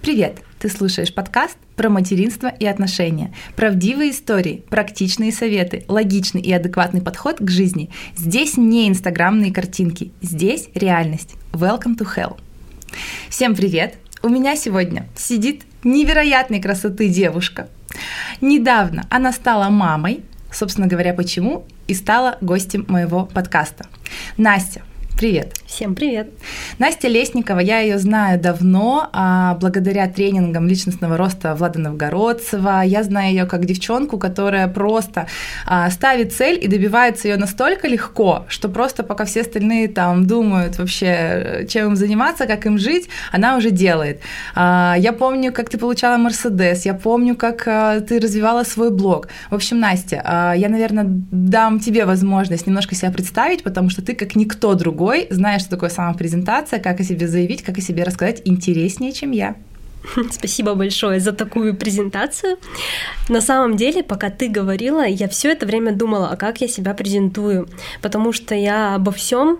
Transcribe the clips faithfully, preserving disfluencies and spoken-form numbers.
Привет! Ты слушаешь подкаст про материнство и отношения. Правдивые истории, практичные советы, логичный и адекватный подход к жизни. Здесь не инстаграмные картинки, здесь реальность. Welcome to hell. Всем привет! У меня сегодня сидит невероятной красоты девушка. Недавно она стала мамой, собственно говоря, почему, и стала гостем моего подкаста. Настя, привет! Всем привет! Настя Лесникова, я ее знаю давно, а благодаря тренингам личностного роста Влада Новгородцева. Я знаю ее как девчонку, которая просто а, ставит цель и добивается ее настолько легко, что просто пока все остальные там думают вообще, чем им заниматься, как им жить, она уже делает. А, я помню, как ты получала Мерседес, я помню, как а, ты развивала свой блог. В общем, Настя, а, я, наверное, дам тебе возможность немножко себя представить, потому что ты, как никто другой, знаешь, что такое самопрезентация, как о себе заявить, как о себе рассказать интереснее, чем я. Спасибо большое за такую презентацию. На самом деле, пока ты говорила, я все это время думала, а как я себя презентую, потому что я обо всем,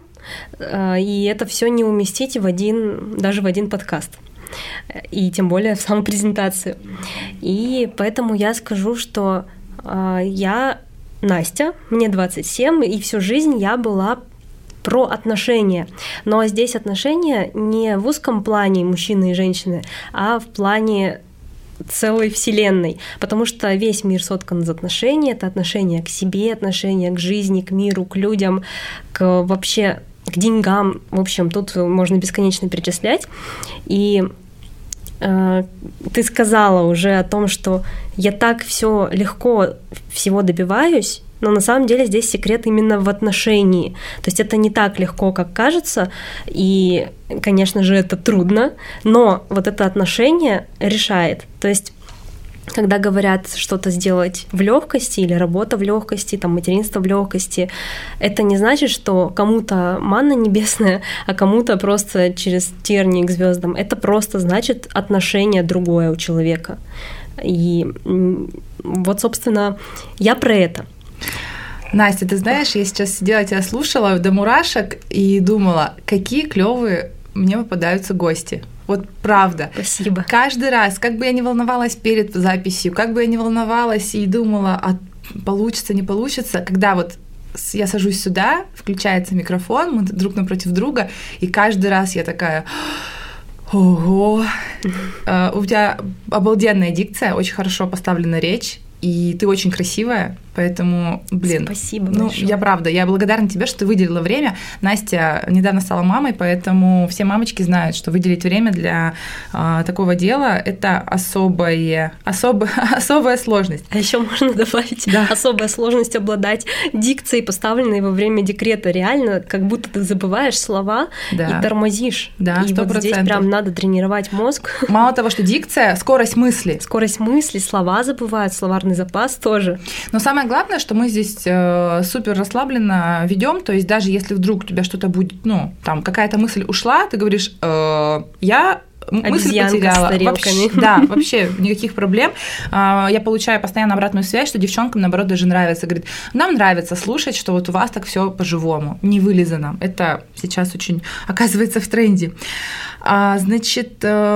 и это все не уместить в один, даже в один подкаст. И тем более в самопрезентацию. И поэтому я скажу, что я Настя, мне двадцать семь, и всю жизнь я была про отношения. Но здесь отношения не в узком плане мужчины и женщины, а в плане целой вселенной, потому что весь мир соткан из отношений. Это отношения к себе, отношения к жизни, к миру, к людям, к вообще к деньгам. В общем, тут можно бесконечно перечислять. И э, ты сказала уже о том, что я так все легко всего добиваюсь, но на самом деле здесь секрет именно в отношении. То есть это не так легко, как кажется, и, конечно же, это трудно, но вот это отношение решает. То есть когда говорят что-то сделать в легкости или работа в легкости, там материнство в легкости, это не значит, что кому-то манна небесная, а кому-то просто через тернии к звездам. Это просто значит отношение другое у человека. И вот, собственно, я про это. Настя, ты знаешь, я сейчас сидела, тебя слушала до мурашек и думала, какие клевые мне попадаются гости. Вот правда. Спасибо. Каждый раз, как бы я ни волновалась перед записью, как бы я ни волновалась и думала, а получится, не получится, когда вот я сажусь сюда, включается микрофон, мы друг напротив друга, и каждый раз я такая... Ого! Uh, у тебя обалденная дикция, очень хорошо поставлена речь, и ты очень красивая, поэтому, блин... Спасибо ну, большое. Я правда, я благодарна тебе, что ты выделила время. Настя недавно стала мамой, поэтому все мамочки знают, что выделить время для а, такого дела — это особая, особая, особая сложность. А еще можно добавить да. особая сложность обладать дикцией, поставленной во время декрета. Реально, как будто ты забываешь слова да. и тормозишь. Да, и вот здесь прям надо тренировать мозг. Мало того, что дикция, скорость мысли. Скорость мысли, слова забывают, словарный запас тоже. Но самое главное, что мы здесь э, супер расслабленно ведем, то есть даже если вдруг у тебя что-то будет, ну, там какая-то мысль ушла, ты говоришь, э, я... мысль потеряла. С тарелками. Вообще, да, вообще никаких проблем. Я получаю постоянно обратную связь, что девчонкам, наоборот, даже нравится. Говорит, нам нравится слушать, что вот у вас так все по-живому, не вылизано. Это сейчас очень оказывается в тренде. Значит,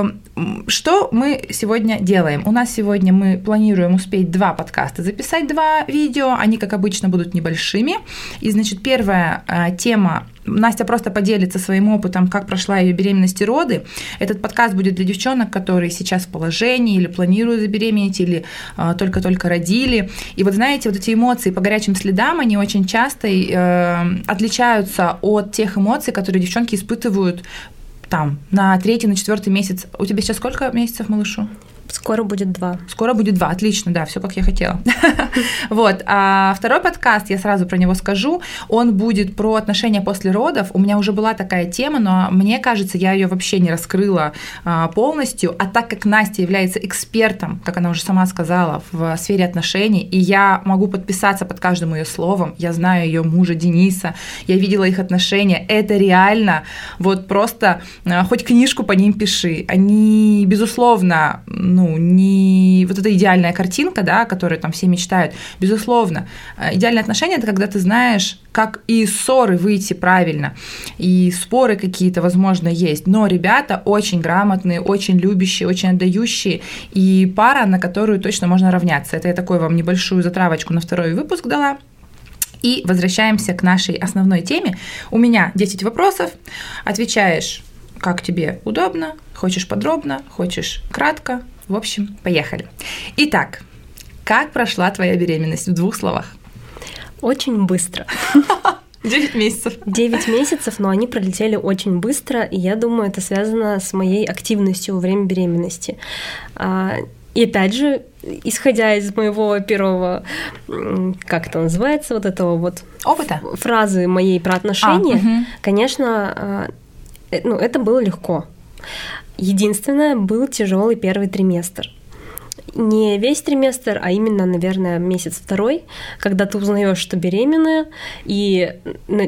что мы сегодня делаем? У нас сегодня мы планируем успеть два подкаста записать, два видео. Они, как обычно, будут небольшими. И, значит, первая тема. Настя просто поделится своим опытом, как прошла ее беременность и роды. Этот подкаст будет для девчонок, которые сейчас в положении или планируют забеременеть, или э, только-только родили. И вот знаете, вот эти эмоции по горячим следам, они очень часто э, отличаются от тех эмоций, которые девчонки испытывают там на третий, на четвертый месяц. У тебя сейчас сколько месяцев малышу? Скоро будет два. Скоро будет два, отлично, да, все как я хотела. Вот, а второй подкаст, я сразу про него скажу, он будет про отношения после родов. У меня уже была такая тема, но мне кажется, я ее вообще не раскрыла а, полностью, а так как Настя является экспертом, как она уже сама сказала, в сфере отношений, и я могу подписаться под каждым ее словом, я знаю ее мужа Дениса, я видела их отношения, это реально, вот просто а, хоть книжку по ним пиши, они, безусловно, ну, не вот эта идеальная картинка, да, о которой там все мечтают. Безусловно, идеальные отношения – это когда ты знаешь, как и из ссоры выйти правильно, и споры какие-то, возможно, есть, но ребята очень грамотные, очень любящие, очень отдающие, и пара, на которую точно можно равняться. Это я такую вам небольшую затравочку на второй выпуск дала. И возвращаемся к нашей основной теме. У меня десять вопросов, отвечаешь, как тебе удобно, хочешь подробно, хочешь кратко. В общем, поехали. Итак, как прошла твоя беременность в двух словах? Очень быстро. Девять месяцев. Девять месяцев, но они пролетели очень быстро, и я думаю, это связано с моей активностью во время беременности. И опять же, исходя из моего первого, как это называется, вот этого вот опыта, фразы моей про отношения, а, угу. конечно, ну, это было легко. Единственное, был тяжелый первый триместр. Не весь триместр, а именно, наверное, месяц второй, когда ты узнаешь, что беременная, и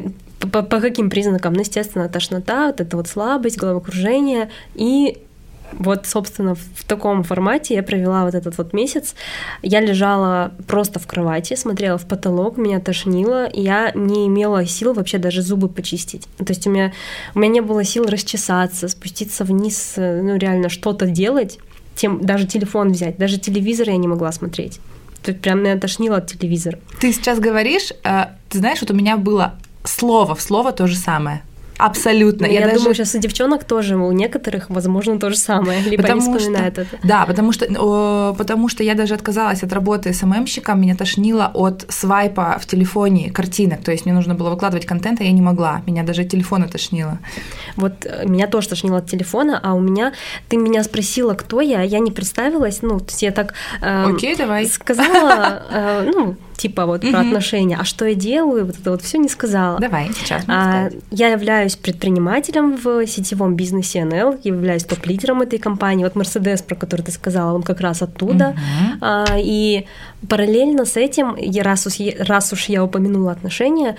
по, по каким признакам, ну, естественно, тошнота, вот эта вот слабость, головокружение, и вот, собственно, в таком формате я провела вот этот вот месяц. Я лежала просто в кровати, смотрела в потолок, меня тошнило, и я не имела сил вообще даже зубы почистить. То есть у меня, у меня не было сил расчесаться, спуститься вниз, ну, реально что-то делать, тем, даже телефон взять, даже телевизор я не могла смотреть. То есть прям меня тошнило от телевизора. Ты сейчас говоришь, ты знаешь, вот у меня было слово в слово то же самое. Абсолютно. Я, я думаю, даже... сейчас у девчонок тоже, у некоторых, возможно, то же самое, либо потому они вспоминают что... это. Да, потому что, о, потому что я даже отказалась от работы эс эм эм-щиком, меня тошнило от свайпа в телефоне картинок, то есть мне нужно было выкладывать контент, а я не могла, меня даже от телефона тошнило. Вот меня тоже тошнило от телефона, а у меня, ты меня спросила, кто я, я не представилась, ну, то есть я так э, Окей, давай. сказала, э, ну, типа вот про отношения, а что я делаю, вот это вот все не сказала. Давай, сейчас. А, я являюсь предпринимателем в сетевом бизнесе эн эл, являюсь топ-лидером этой компании. Вот Мерседес, про который ты сказала, он как раз оттуда. Uh-huh. А, и параллельно с этим, раз уж, раз уж я упомянула отношения,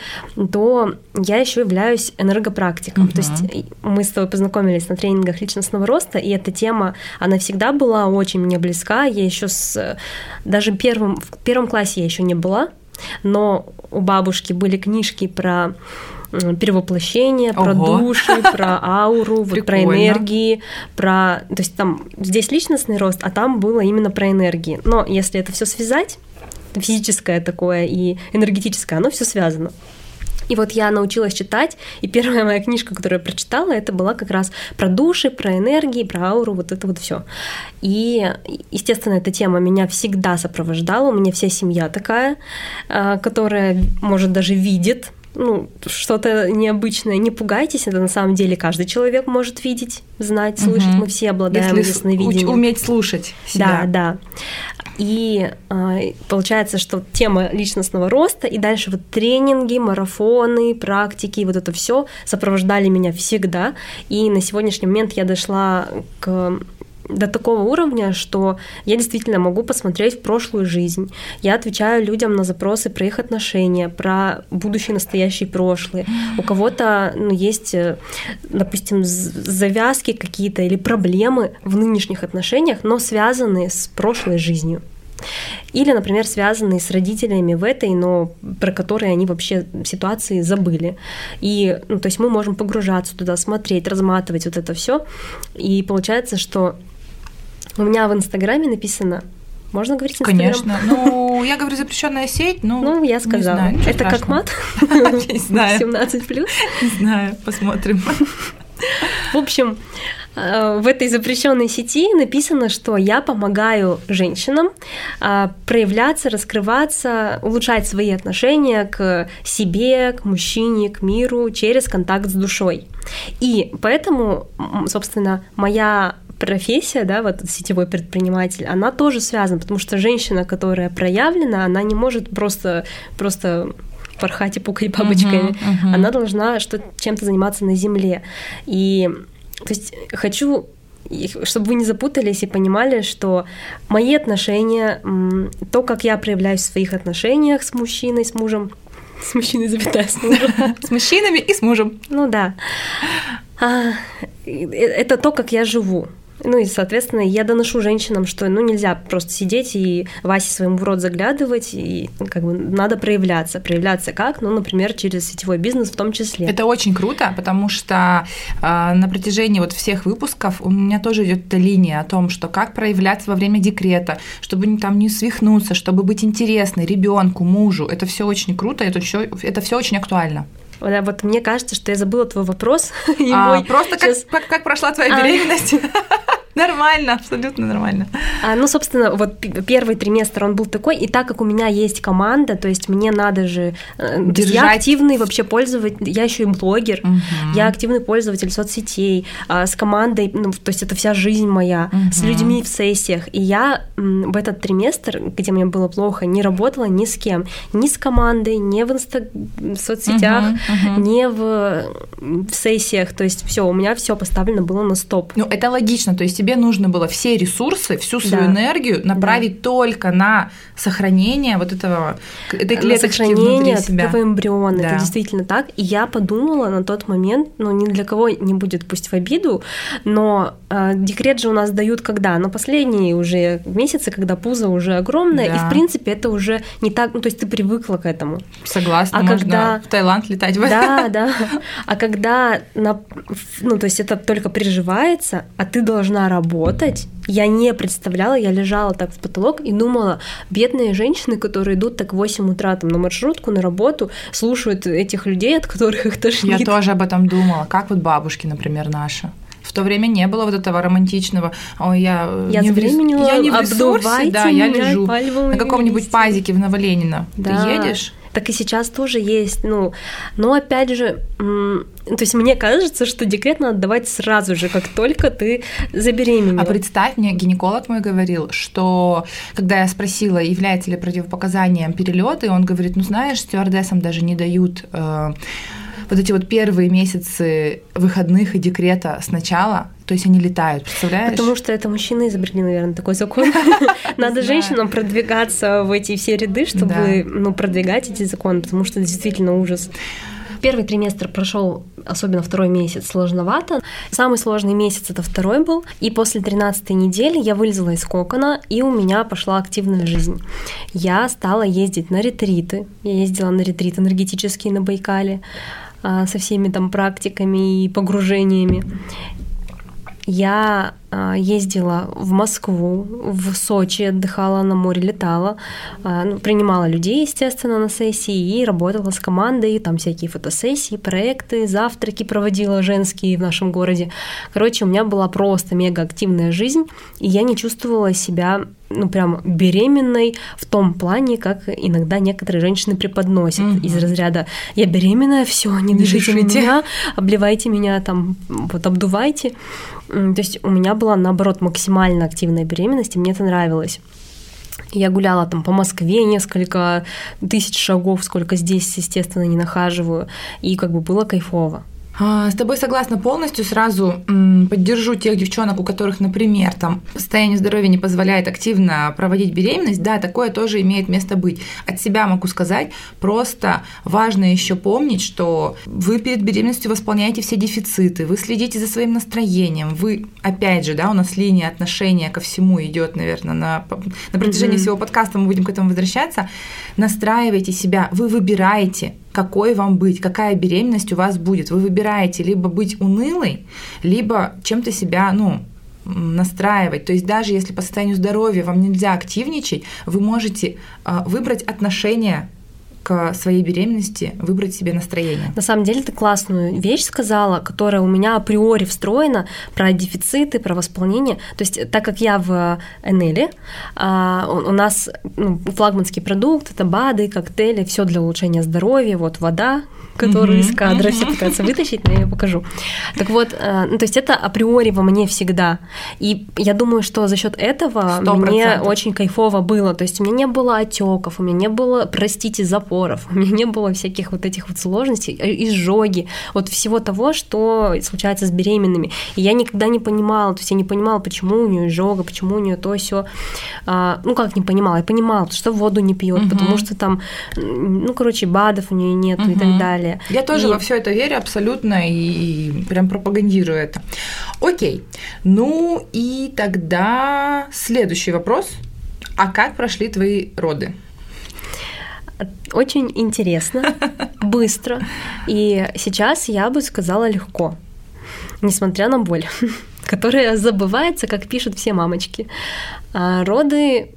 то я еще являюсь энергопрактиком. Uh-huh. То есть мы с тобой познакомились на тренингах личностного роста, и эта тема, она всегда была очень мне близка. Я еще с даже первым, в первом классе я еще не была, но у бабушки были книжки про перевоплощение, про Ого. души, про ауру, вот про энергии, про... То есть там здесь личностный рост, а там было именно про энергии. Но если это все связать, физическое такое и энергетическое, оно все связано. И вот я научилась читать, и первая моя книжка, которую я прочитала, это была как раз про души, про энергии, про ауру, вот это вот все. И, естественно, эта тема меня всегда сопровождала, у меня вся семья такая, которая, может, даже видит, ну, что-то необычное. Не пугайтесь, это на самом деле каждый человек может видеть, знать, слышать, угу. Мы все обладаем ясновидением. Уметь слушать себя. Да, да. И э, получается, что тема личностного роста, и дальше вот тренинги, марафоны, практики, вот это все сопровождали меня всегда. И на сегодняшний момент я дошла к... до такого уровня, что я действительно могу посмотреть в прошлую жизнь. Я отвечаю людям на запросы про их отношения, про будущее, настоящее и прошлое. У кого-то, ну, есть, допустим, завязки какие-то или проблемы в нынешних отношениях, но связанные с прошлой жизнью. Или, например, связанные с родителями в этой, но про которые они вообще ситуации забыли. И, ну, то есть мы можем погружаться туда, смотреть, разматывать вот это все. И получается, что у меня в Инстаграме написано, можно говорить Инстаграм? Конечно. Ну, я говорю запрещенная сеть, ну, ну я сказала. Не знаю, это как мат? Не знаю. семнадцать плюс? Не знаю, посмотрим. В общем, в этой запрещенной сети написано, что я помогаю женщинам проявляться, раскрываться, улучшать свои отношения к себе, к мужчине, к миру через контакт с душой. И поэтому, собственно, моя профессия, да, вот сетевой предприниматель, она тоже связана, потому что женщина, которая проявлена, она не может просто, просто порхать и пукать бабочками. Uh-huh, uh-huh. Она должна что- чем-то заниматься на земле. И то есть хочу, чтобы вы не запутались и понимали, что мои отношения, то, как я проявляюсь в своих отношениях с мужчиной, с мужем, с мужчиной, запятая, с мужем. С мужчинами и с мужем. Ну да. Это то, как я живу. Ну и, соответственно, я доношу женщинам, что ну нельзя просто сидеть и Васе своему в рот заглядывать, и как бы надо проявляться. Проявляться как? Ну, например, через сетевой бизнес в том числе. Это очень круто, потому что э, на протяжении вот всех выпусков у меня тоже идет эта линия о том, что как проявляться во время декрета, чтобы там не свихнуться, чтобы быть интересной ребенку, мужу. Это все очень круто, это все, это все очень актуально. Вот мне кажется, что я забыла твой вопрос. А, мой просто сейчас... как, как, как прошла твоя а... беременность? Нормально, абсолютно нормально. А, ну, собственно, вот первый триместр он был такой, и так как у меня есть команда, то есть мне надо же... Держать. Я активный вообще пользователь, я еще и блогер, угу. я активный пользователь соцсетей, а, с командой, ну, то есть это вся жизнь моя, угу. с людьми в сессиях, и я в этот триместр, где мне было плохо, не работала ни с кем, ни с командой, ни в, инста... в соцсетях, угу, угу. ни в... в сессиях, то есть все, у меня все поставлено было на стоп. Ну, это логично, то есть тебе нужно было все ресурсы, всю свою да. энергию направить да. только на сохранение вот этого, этой клеточки внутри себя. На сохранение эмбриона, да. это действительно так. И я подумала на тот момент, ну, ни для кого не будет пусть в обиду, но э, декрет же у нас дают когда? На последние уже месяцы, когда пузо уже огромное, да. и, в принципе, это уже не так, ну, то есть ты привыкла к этому. Согласна, а можно когда... в Таиланд летать. Да, да. А когда, на... ну, то есть это только приживается, а ты должна работать, я не представляла, я лежала так в потолок и думала, бедные женщины, которые идут так в восемь утра там, на маршрутку, на работу, слушают этих людей, от которых их тошнит. Я тоже об этом думала, как вот бабушки, например, наши. В то время не было вот этого романтичного, ой, я, я не, в, я не в ресурсе, да, я лежу на каком-нибудь листья. пазике в Новоленина. Да. Ты едешь? Так и сейчас тоже есть, ну, но опять же, то есть мне кажется, что декрет надо давать сразу же, как только ты забеременела. А представь, мне гинеколог мой говорил, что когда я спросила, является ли противопоказанием перелеты, он говорит, ну знаешь, стюардессам даже не дают э, вот эти вот первые месяцы выходных и декрета сначала. То есть они летают, представляешь? Потому что это мужчины изобрели, наверное, такой закон. Надо женщинам продвигаться в эти все ряды, чтобы ну, продвигать эти законы, потому что это действительно ужас. Первый триместр прошел, особенно второй месяц, сложновато. Самый сложный месяц это второй был. И после тринадцатой недели я вылезла из кокона, и у меня пошла активная жизнь. Я стала ездить на ретриты. Я ездила на ретрит энергетический на Байкале со всеми там практиками и погружениями. Я ездила в Москву, в Сочи, отдыхала на море, летала, ну, принимала людей, естественно, на сессии и работала с командой, там всякие фотосессии, проекты, завтраки проводила женские в нашем городе. Короче, у меня была просто мега активная жизнь, и я не чувствовала себя ну, прям беременной в том плане, как иногда некоторые женщины преподносят mm-hmm. из разряда «я беременная, все, не дышите меня, обливайте меня, там, вот обдувайте». То есть у меня была, наоборот, максимально активная беременность, и мне это нравилось. Я гуляла там по Москве несколько тысяч шагов, сколько здесь, естественно, не нахаживаю, и как бы было кайфово. С тобой согласна полностью. Сразу м, поддержу тех девчонок, у которых, например, там состояние здоровья не позволяет активно проводить беременность. Да, такое тоже имеет место быть. От себя могу сказать, просто важно еще помнить, что вы перед беременностью восполняете все дефициты, вы следите за своим настроением, вы, опять же, да, у нас линия отношения ко всему идет, наверное, на, на протяжении mm-hmm. всего подкаста, мы будем к этому возвращаться. Настраивайте себя, вы выбираете, какой вам быть, какая беременность у вас будет. Вы выбираете либо быть унылой, либо чем-то себя, ну, настраивать. То есть даже если по состоянию здоровья вам нельзя активничать, вы можете выбрать отношения к своей беременности, выбрать себе настроение. На самом деле ты классную вещь сказала, которая у меня априори встроена, про дефициты, про восполнение. То есть так как я в Энели, у нас ну, флагманский продукт, это БАДы, коктейли, все для улучшения здоровья, вот вода, которую mm-hmm. из кадра mm-hmm. все пытаются вытащить, но я ее покажу. Так вот, ну, то есть это априори во мне всегда. И я думаю, что за счет этого сто процентов мне очень кайфово было. То есть у меня не было отеков, у меня не было, простите, запоров, запоров, у меня не было всяких вот этих вот сложностей, изжоги, вот всего того, что случается с беременными. И я никогда не понимала, то есть я не понимала, почему у нее изжога, почему у нее то сё. А, ну как не понимала, я понимала, что воду не пьет, угу. потому что там, ну короче, БАДов у нее нет угу. и так далее. Я тоже и... во все это верю абсолютно и прям пропагандирую это. Окей, ну и тогда следующий вопрос. А как прошли твои роды? Очень интересно, быстро. И сейчас я бы сказала легко, несмотря на боль, которая забывается, как пишут все мамочки. А роды...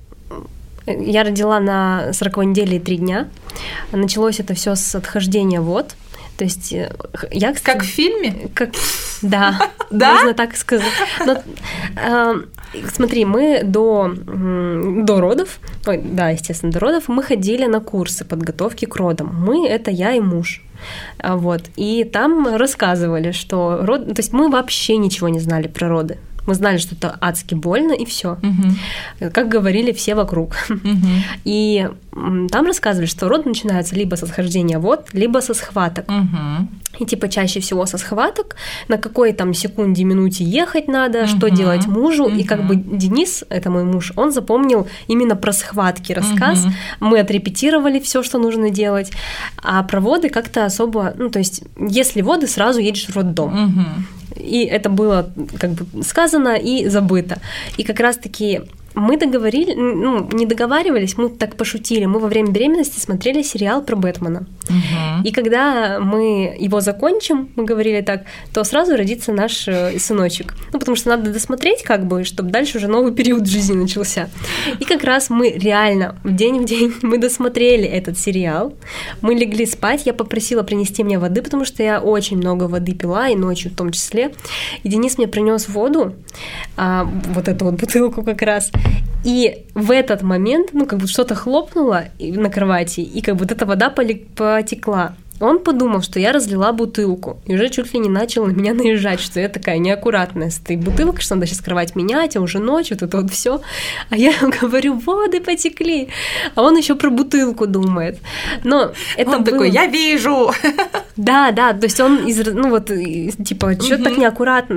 Я родила на сороковой неделе и три дня. Началось это все с отхождения вод. То есть я, кстати, как в фильме? Как... Да, да, можно так сказать. Но, э, смотри, мы до, до родов, ой, да, естественно, до родов, мы ходили на курсы подготовки к родам. Мы — это я и муж. Вот. И там рассказывали, что род... То есть мы вообще ничего не знали про роды. Мы знали, что это адски больно, и все. Uh-huh. Как говорили все вокруг. Uh-huh. И там рассказывали, что роды начинаются либо с отхождения вод, либо со схваток. Uh-huh. И типа чаще всего со схваток, на какой там секунде, минуте ехать надо, uh-huh. что делать мужу. Uh-huh. И как бы Денис, это мой муж, он запомнил именно про схватки рассказ. Uh-huh. Мы отрепетировали все, что нужно делать. А про воды как-то особо... Ну, то есть, если воды, сразу едешь в роддом. Uh-huh. И это было как бы сказано и забыто. И как раз-таки мы договорились, ну, не договаривались, мы так пошутили. Мы во время беременности смотрели сериал про Бэтмена. Uh-huh. И когда мы его закончим, мы говорили так, то сразу родится наш сыночек. Ну, потому что надо досмотреть, как бы, чтобы дальше уже новый период в жизни начался. И как раз мы реально в день в день мы досмотрели этот сериал. Мы легли спать, я попросила принести мне воды, потому что я очень много воды пила, и ночью в том числе. И Денис мне принес воду, а, вот эту вот бутылку как раз. И в этот момент, ну, как бы что-то хлопнуло на кровати, и как бы вот эта вода потекла. Он подумал, что я разлила бутылку, и уже чуть ли не начал на меня наезжать, что я такая неаккуратная с этой бутылкой, что надо сейчас кровать менять, а уже ночь, вот это вот все. А я говорю, воды потекли. А он еще про бутылку думает. Но это он было... такой, я вижу. Да, да, то есть он из, ну вот, типа, что угу. так неаккуратно.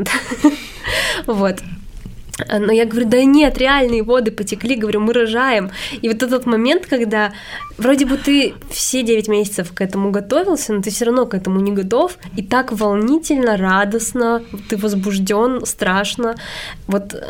Вот. Но я говорю, да нет, реальные воды потекли, говорю, мы рожаем. И вот этот момент, когда вроде бы ты все девять месяцев к этому готовился, но ты все равно к этому не готов, и так волнительно, радостно, ты возбужден, страшно. Вот э,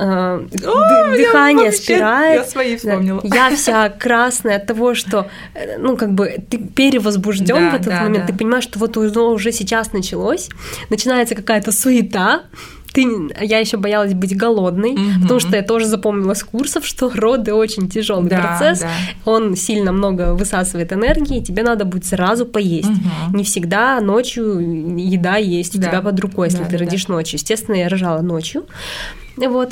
О, дыхание вообще, спирает. Я свои вспомнила. Я вся красная от того, что, ну, как бы ты перевозбужден да, в этот да, момент, да. Ты понимаешь, что вот уже сейчас началось, начинается какая-то суета. Ты, я еще боялась быть голодной, mm-hmm. потому что я тоже запомнила с курсов, что роды очень тяжелый да, процесс, да. Он сильно много высасывает энергии, тебе надо будет сразу поесть. Mm-hmm. Не всегда ночью еда есть у да. тебя под рукой, если да, ты да, родишь да. ночью. Естественно, я рожала ночью, вот,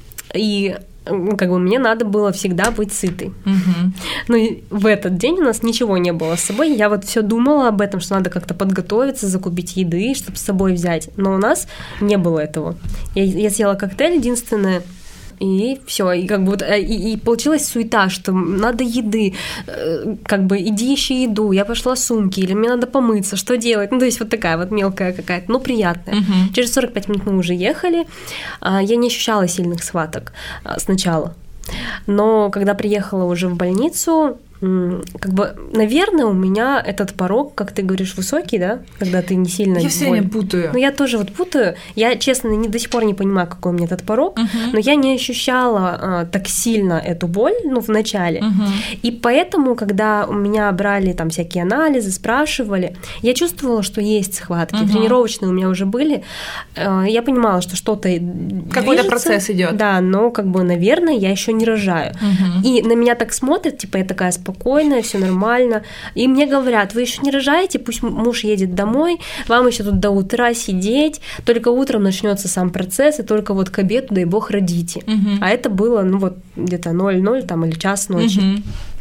и как бы мне надо было всегда быть сытой. Uh-huh. Но в этот день у нас ничего не было с собой. Я вот все думала об этом, что надо как-то подготовиться, закупить еды, чтобы с собой взять. Но у нас не было этого. Я, я съела коктейль единственное, и все, и как бы вот, и, и получилась суета, что надо еды, как бы иди ищи еду, я пошла сумки, или мне надо помыться, что делать, ну то есть вот такая вот мелкая какая-то, ну приятная. Uh-huh. Через сорок пять минут мы уже ехали, я не ощущала сильных схваток сначала, но когда приехала уже в больницу, как бы, наверное, у меня этот порог, как ты говоришь, высокий, да, когда ты не сильно... Я все время путаю. Ну, я тоже вот путаю. Я, честно, не, до сих пор не понимаю, какой у меня этот порог, uh-huh. но я не ощущала а, так сильно эту боль, ну, в начале. Uh-huh. И поэтому, когда у меня брали там всякие анализы, спрашивали, я чувствовала, что есть схватки. Uh-huh. Тренировочные у меня уже были. А, я понимала, что что-то какой-то процесс идет. Да, но, как бы, наверное, я еще не рожаю. Uh-huh. И на меня так смотрят, типа, я такая спокойная, все нормально. И мне говорят, вы еще не рожаете, пусть муж едет домой, вам еще тут до утра сидеть, только утром начнется сам процесс, и только вот к обеду, дай бог, родите. Uh-huh. А это было, ну вот, где-то ноль-ноль там, или час ночи. Uh-huh.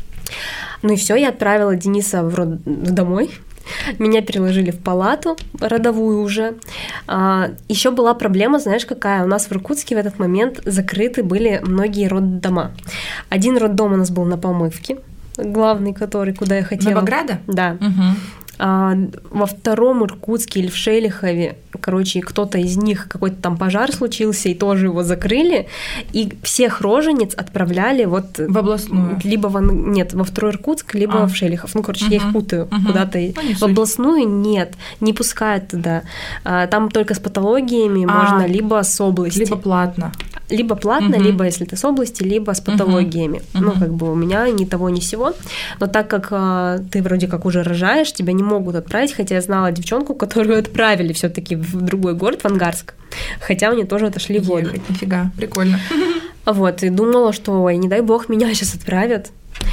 Ну и все, я отправила Дениса в род... домой. Меня переложили в палату родовую уже. А, еще была проблема, знаешь, какая? У нас в Иркутске в этот момент закрыты были многие роддома. Один роддом у нас был на Помывке. главный, который, куда я хотела. Новограда? Да. Угу. А, во втором Иркутске или в Шелихове, короче, кто-то из них, какой-то там пожар случился, и тоже его закрыли, и всех рожениц отправляли вот... В областную? Либо в... Нет, во второй Иркутск, либо а. в Шелихов. Ну, короче, угу. я их путаю угу. куда-то. Ну, в областную нет, не пускают туда. А, там только с патологиями а. можно, либо с области. Либо платно. Либо платно, угу. либо если ты с области, либо с патологиями. Угу. Ну, как бы у меня ни того, ни сего. Но так как а, ты вроде как уже рожаешь, тебя не могут отправить, хотя я знала девчонку, которую отправили все-таки в другой город, в Ангарск, хотя они тоже отошли в воду. Нифига, прикольно. Вот, и думала, что, ой, не дай бог, меня сейчас отправят.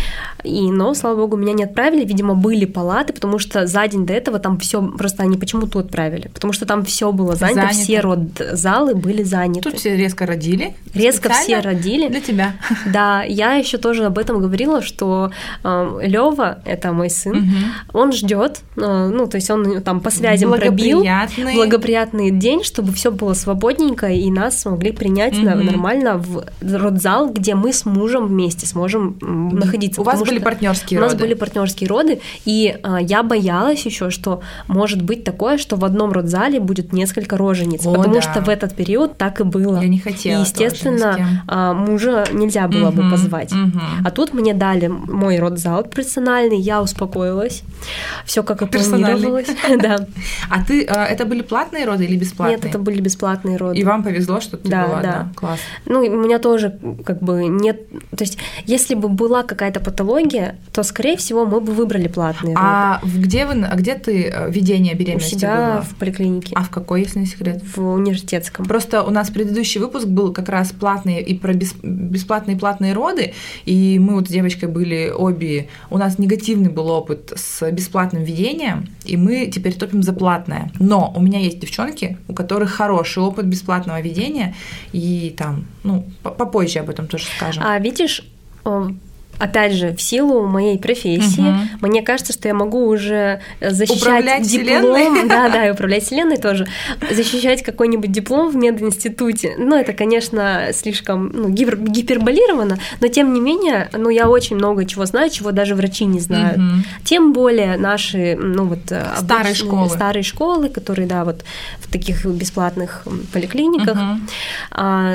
И, но, слава богу, меня не отправили, видимо, были палаты, потому что за день до этого там все просто они почему-то отправили, потому что там все было занято, занято. Все родзалы были заняты. Тут все резко родили. Резко все родили. Для тебя. Да, я еще тоже об этом говорила, что э, Лёва, это мой сын, угу. он ждет, э, ну, то есть он там по связям пробил благоприятный день, чтобы все было свободненько, и нас смогли принять угу. нормально в родзал, где мы с мужем вместе сможем находиться. У вас были партнерские роды. У нас были партнерские роды, и а, я боялась еще, что может быть такое, что в одном родзале будет несколько рожениц, О, потому да. что в этот период так и было. Я не хотела. И, естественно, а, мужа нельзя было угу, бы позвать. Угу. А тут мне дали мой родзал персональный, я успокоилась, все как и планировалось. Да. А ты, это были платные роды или бесплатные? Нет, это были бесплатные роды. И вам повезло, что ты да, была, да. да? Класс. Ну, у меня тоже как бы нет, то есть если бы была какая-то патология, то, скорее всего, мы бы выбрали платные роды. А где вы, а где ты ведение беременности У себя было? В поликлинике. А в какой, если не секрет? В университетском. Просто у нас предыдущий выпуск был как раз платные и про бесплатные и платные роды, и мы вот с девочкой были обе, у нас негативный был опыт с бесплатным ведением, и мы теперь топим за платное. Но у меня есть девчонки, у которых хороший опыт бесплатного ведения, и там, ну, попозже об этом тоже скажем. А видишь, опять же, в силу моей профессии, угу. мне кажется, что я могу уже защищать управлять диплом. Вселенной? Да, да, и управлять Вселенной тоже. Защищать какой-нибудь диплом в мединституте. Ну, это, конечно, слишком ну, гипер, гиперболировано, но тем не менее, ну, я очень много чего знаю, чего даже врачи не знают. Угу. Тем более наши, ну, вот старые школы. Старые школы, которые, да, вот в таких бесплатных поликлиниках. Угу. А,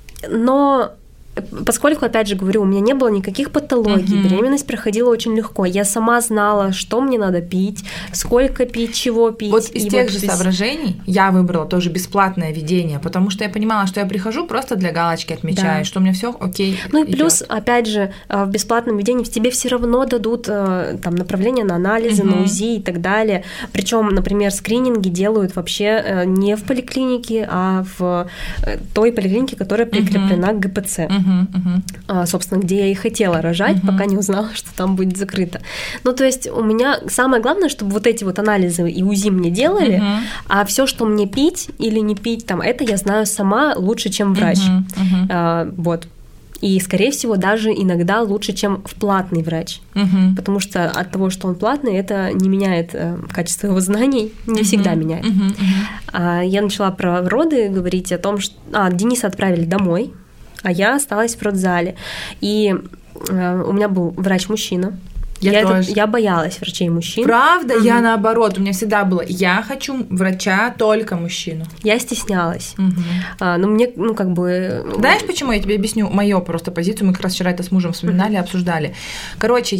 но поскольку, опять же говорю, у меня не было никаких патологий, uh-huh. беременность проходила очень легко. Я сама знала, что мне надо пить, сколько пить, чего пить. Вот из и тех вот же здесь... соображений я выбрала тоже бесплатное ведение, потому что я понимала, что я прихожу просто для галочки отмечаю, да. что у меня все окей. Ну и идёт. плюс, опять же, в бесплатном ведении тебе все равно дадут там направление на анализы, uh-huh. на УЗИ и так далее. Причем, например, скрининги делают вообще не в поликлинике, а в той поликлинике, которая прикреплена uh-huh. к ГПЦ. Uh-huh. Uh-huh. А, собственно, где я и хотела рожать, uh-huh. пока не узнала, что там будет закрыто. Ну, то есть у меня самое главное, чтобы вот эти вот анализы и УЗИ мне делали, uh-huh. а все, что мне пить или не пить, там, это я знаю сама лучше, чем врач. Uh-huh. Uh-huh. А, вот. И, скорее всего, даже иногда лучше, чем в платный врач. Uh-huh. Потому что от того, что он платный, это не меняет э, качество его знаний, не uh-huh. всегда меняет. Uh-huh. Uh-huh. А, я начала про роды говорить о том, что... А, Дениса отправили домой, а я осталась в родзале. И э, у меня был врач-мужчина. Я, я, тоже. Это, я боялась врачей-мужчин. Правда? Угу. Я наоборот. У меня всегда было, я хочу врача только мужчину. Я стеснялась. Угу. А, но мне, ну, как бы... Знаешь, почему? Я тебе объясню мою просто позицию. Мы как раз вчера это с мужем вспоминали, угу. обсуждали. Короче,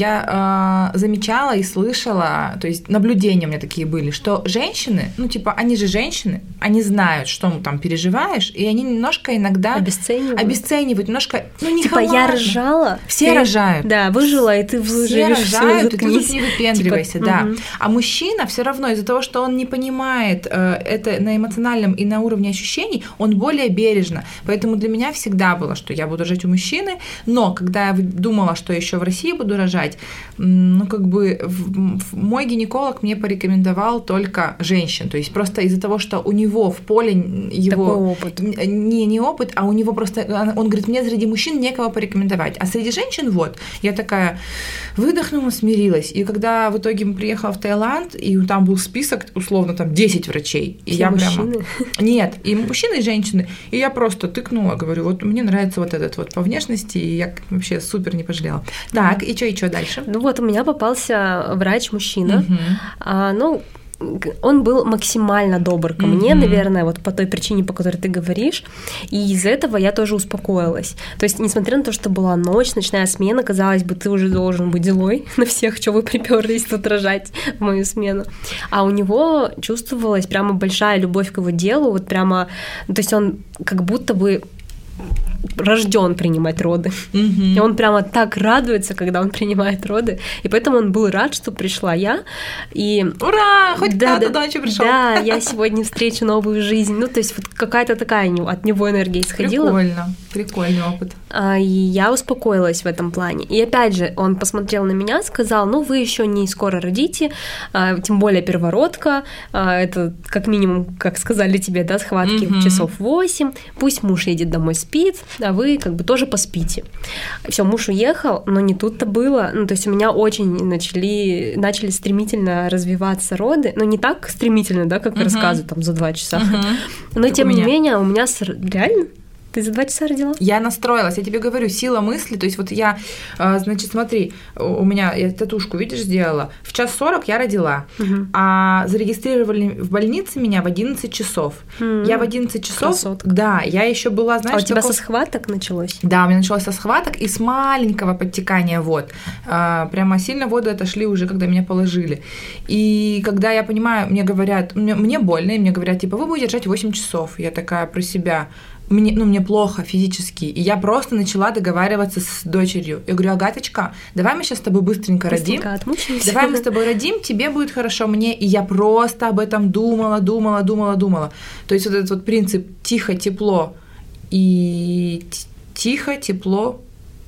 я э, замечала и слышала, то есть наблюдения у меня такие были, что женщины, ну, типа, они же женщины, они знают, что ты там переживаешь, и они немножко иногда... Обесценивают. Обесценивают, немножко, ну, не Типа, я рожала. Все ты... рожают. Да, выжила, и ты выживешь. Рожают, и ты тут не выпендривайся, типа, да. угу. А мужчина все равно из-за того, что он не понимает э, это на эмоциональном и на уровне ощущений, он более бережно. Поэтому для меня всегда было, что я буду рожать у мужчины, но когда я думала, что еще в России буду рожать, ну, как бы в, в, мой гинеколог мне порекомендовал только женщин. То есть просто из-за того, что у него в поле его... Такой опыт. Не, не опыт, а у него просто... Он говорит, мне среди мужчин некого порекомендовать. А среди женщин вот. Я такая... Выдохнула, привыкнула, смирилась. И когда в итоге мы приехала в Таиланд, и там был список, условно, там десять врачей. И Все я мужчины? Прямо... Нет, и мужчины, и женщины. И я просто тыкнула, говорю, вот мне нравится вот этот вот по внешности, и я вообще супер не пожалела. Так, и что, и что дальше? Ну вот, у меня попался врач-мужчина. Мгм. А, ну, он был максимально добр ко мне, Мгм. наверное, вот по той причине, по которой ты говоришь, и из этого я тоже успокоилась. То есть, несмотря на то, что была ночь, ночная смена, казалось бы, ты уже должен быть делой на всех, что вы приперлись тут рожать в мою смену. А у него чувствовалась прямо большая любовь к его делу, вот прямо, ну, то есть он как будто бы рожден принимать роды. Мгм. И он прямо так радуется, когда он принимает роды. И поэтому он был рад, что пришла я. И Ура! Хоть да, кто-то да, ночью пришел. да, я сегодня встречу новую жизнь. Ну, то есть вот какая-то такая от него энергия исходила. Прикольно, прикольный опыт. А, И я успокоилась в этом плане. И опять же, он посмотрел на меня, сказал, ну, вы еще не скоро родите, а, тем более первородка, а, это как минимум, как сказали тебе, да, схватки Мгм. часов восемь, пусть муж едет домой, спит, а вы как бы тоже поспите. Все, муж уехал, но не тут-то было. Ну, то есть у меня очень начали, начали стремительно развиваться роды, но не так стремительно, да, как Мгм. рассказывают там за два часа. Мгм. Но Как у тем не меня. менее у меня с... реально. Ты за два часа родила? Я настроилась, я тебе говорю, сила мысли, то есть вот я, а, значит, смотри, у меня, я татушку, видишь, сделала, в час сорок я родила, Мгм. а зарегистрировали в больнице меня в одиннадцать часов. М. Я в одиннадцать часов, Красотка. да, я еще была, знаешь, А у тебя какого- со схваток началось? Да, у меня началось со схваток и с маленького подтекания вод. А, прямо сильно воды отошли уже, когда меня положили. И когда я понимаю, мне говорят, мне, мне больно, и мне говорят, типа, вы будете держать восемь часов. Я такая про себя. Мне, ну, мне плохо физически. И я просто начала договариваться с дочерью. Я говорю, Агаточка, давай мы сейчас с тобой быстренько родим. Быстренько отмучаемся. Давай мы с тобой родим, тебе будет хорошо, мне. И я просто об этом думала, думала, думала, думала. То есть вот этот вот принцип тихо, тепло и т- тихо, тепло.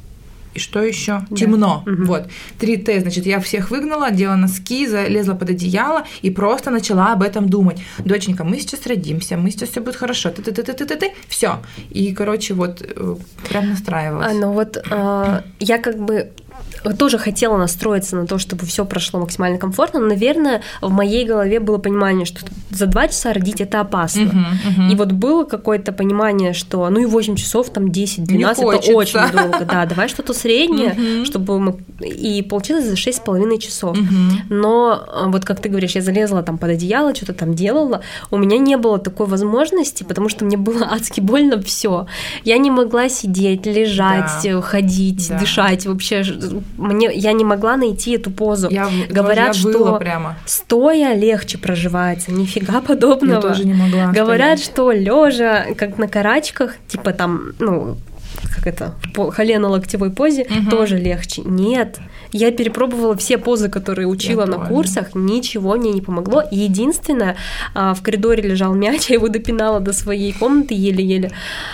И что еще? Да. Темно. Мгм. Вот. три Т, значит, я всех выгнала, одела носки, залезла под одеяло и просто начала об этом думать. Доченька, мы сейчас родимся, мы сейчас все будет хорошо. ты ты ты ты ты ты все. И, короче, вот э, прям настраивалась. А, ну вот а, я как бы тоже хотела настроиться на то, чтобы все прошло максимально комфортно, но, наверное, в моей голове было понимание, что за два часа родить это опасно. Мгм, мгм. И вот было какое-то понимание, что ну и восемь часов, там десять-двенадцать, это хочется. очень долго. Да, давай что-то среднее, Мгм. чтобы мы... И получилось за шесть с половиной часов. Мгм. Но а, вот как ты говоришь, я залезла там под одеяло, что-то там делала, у меня не было такой возможности, потому что мне было адски больно все. Я не могла сидеть, лежать, Да. ходить, Да. дышать, вообще мне, я не могла найти эту позу. Я, Говорят, я выла что прямо. стоя легче проживается, нифига подобного. Я тоже не могла. Говорят, стоять. что лежа, как на карачках, типа там, ну, как это, по колено-локтевой позе, Мгм. тоже легче. Нет. Я перепробовала все позы, которые учила Я на поняла. курсах, ничего мне не помогло. Единственное, а, в коридоре лежал мяч, я его допинала до своей комнаты еле-еле.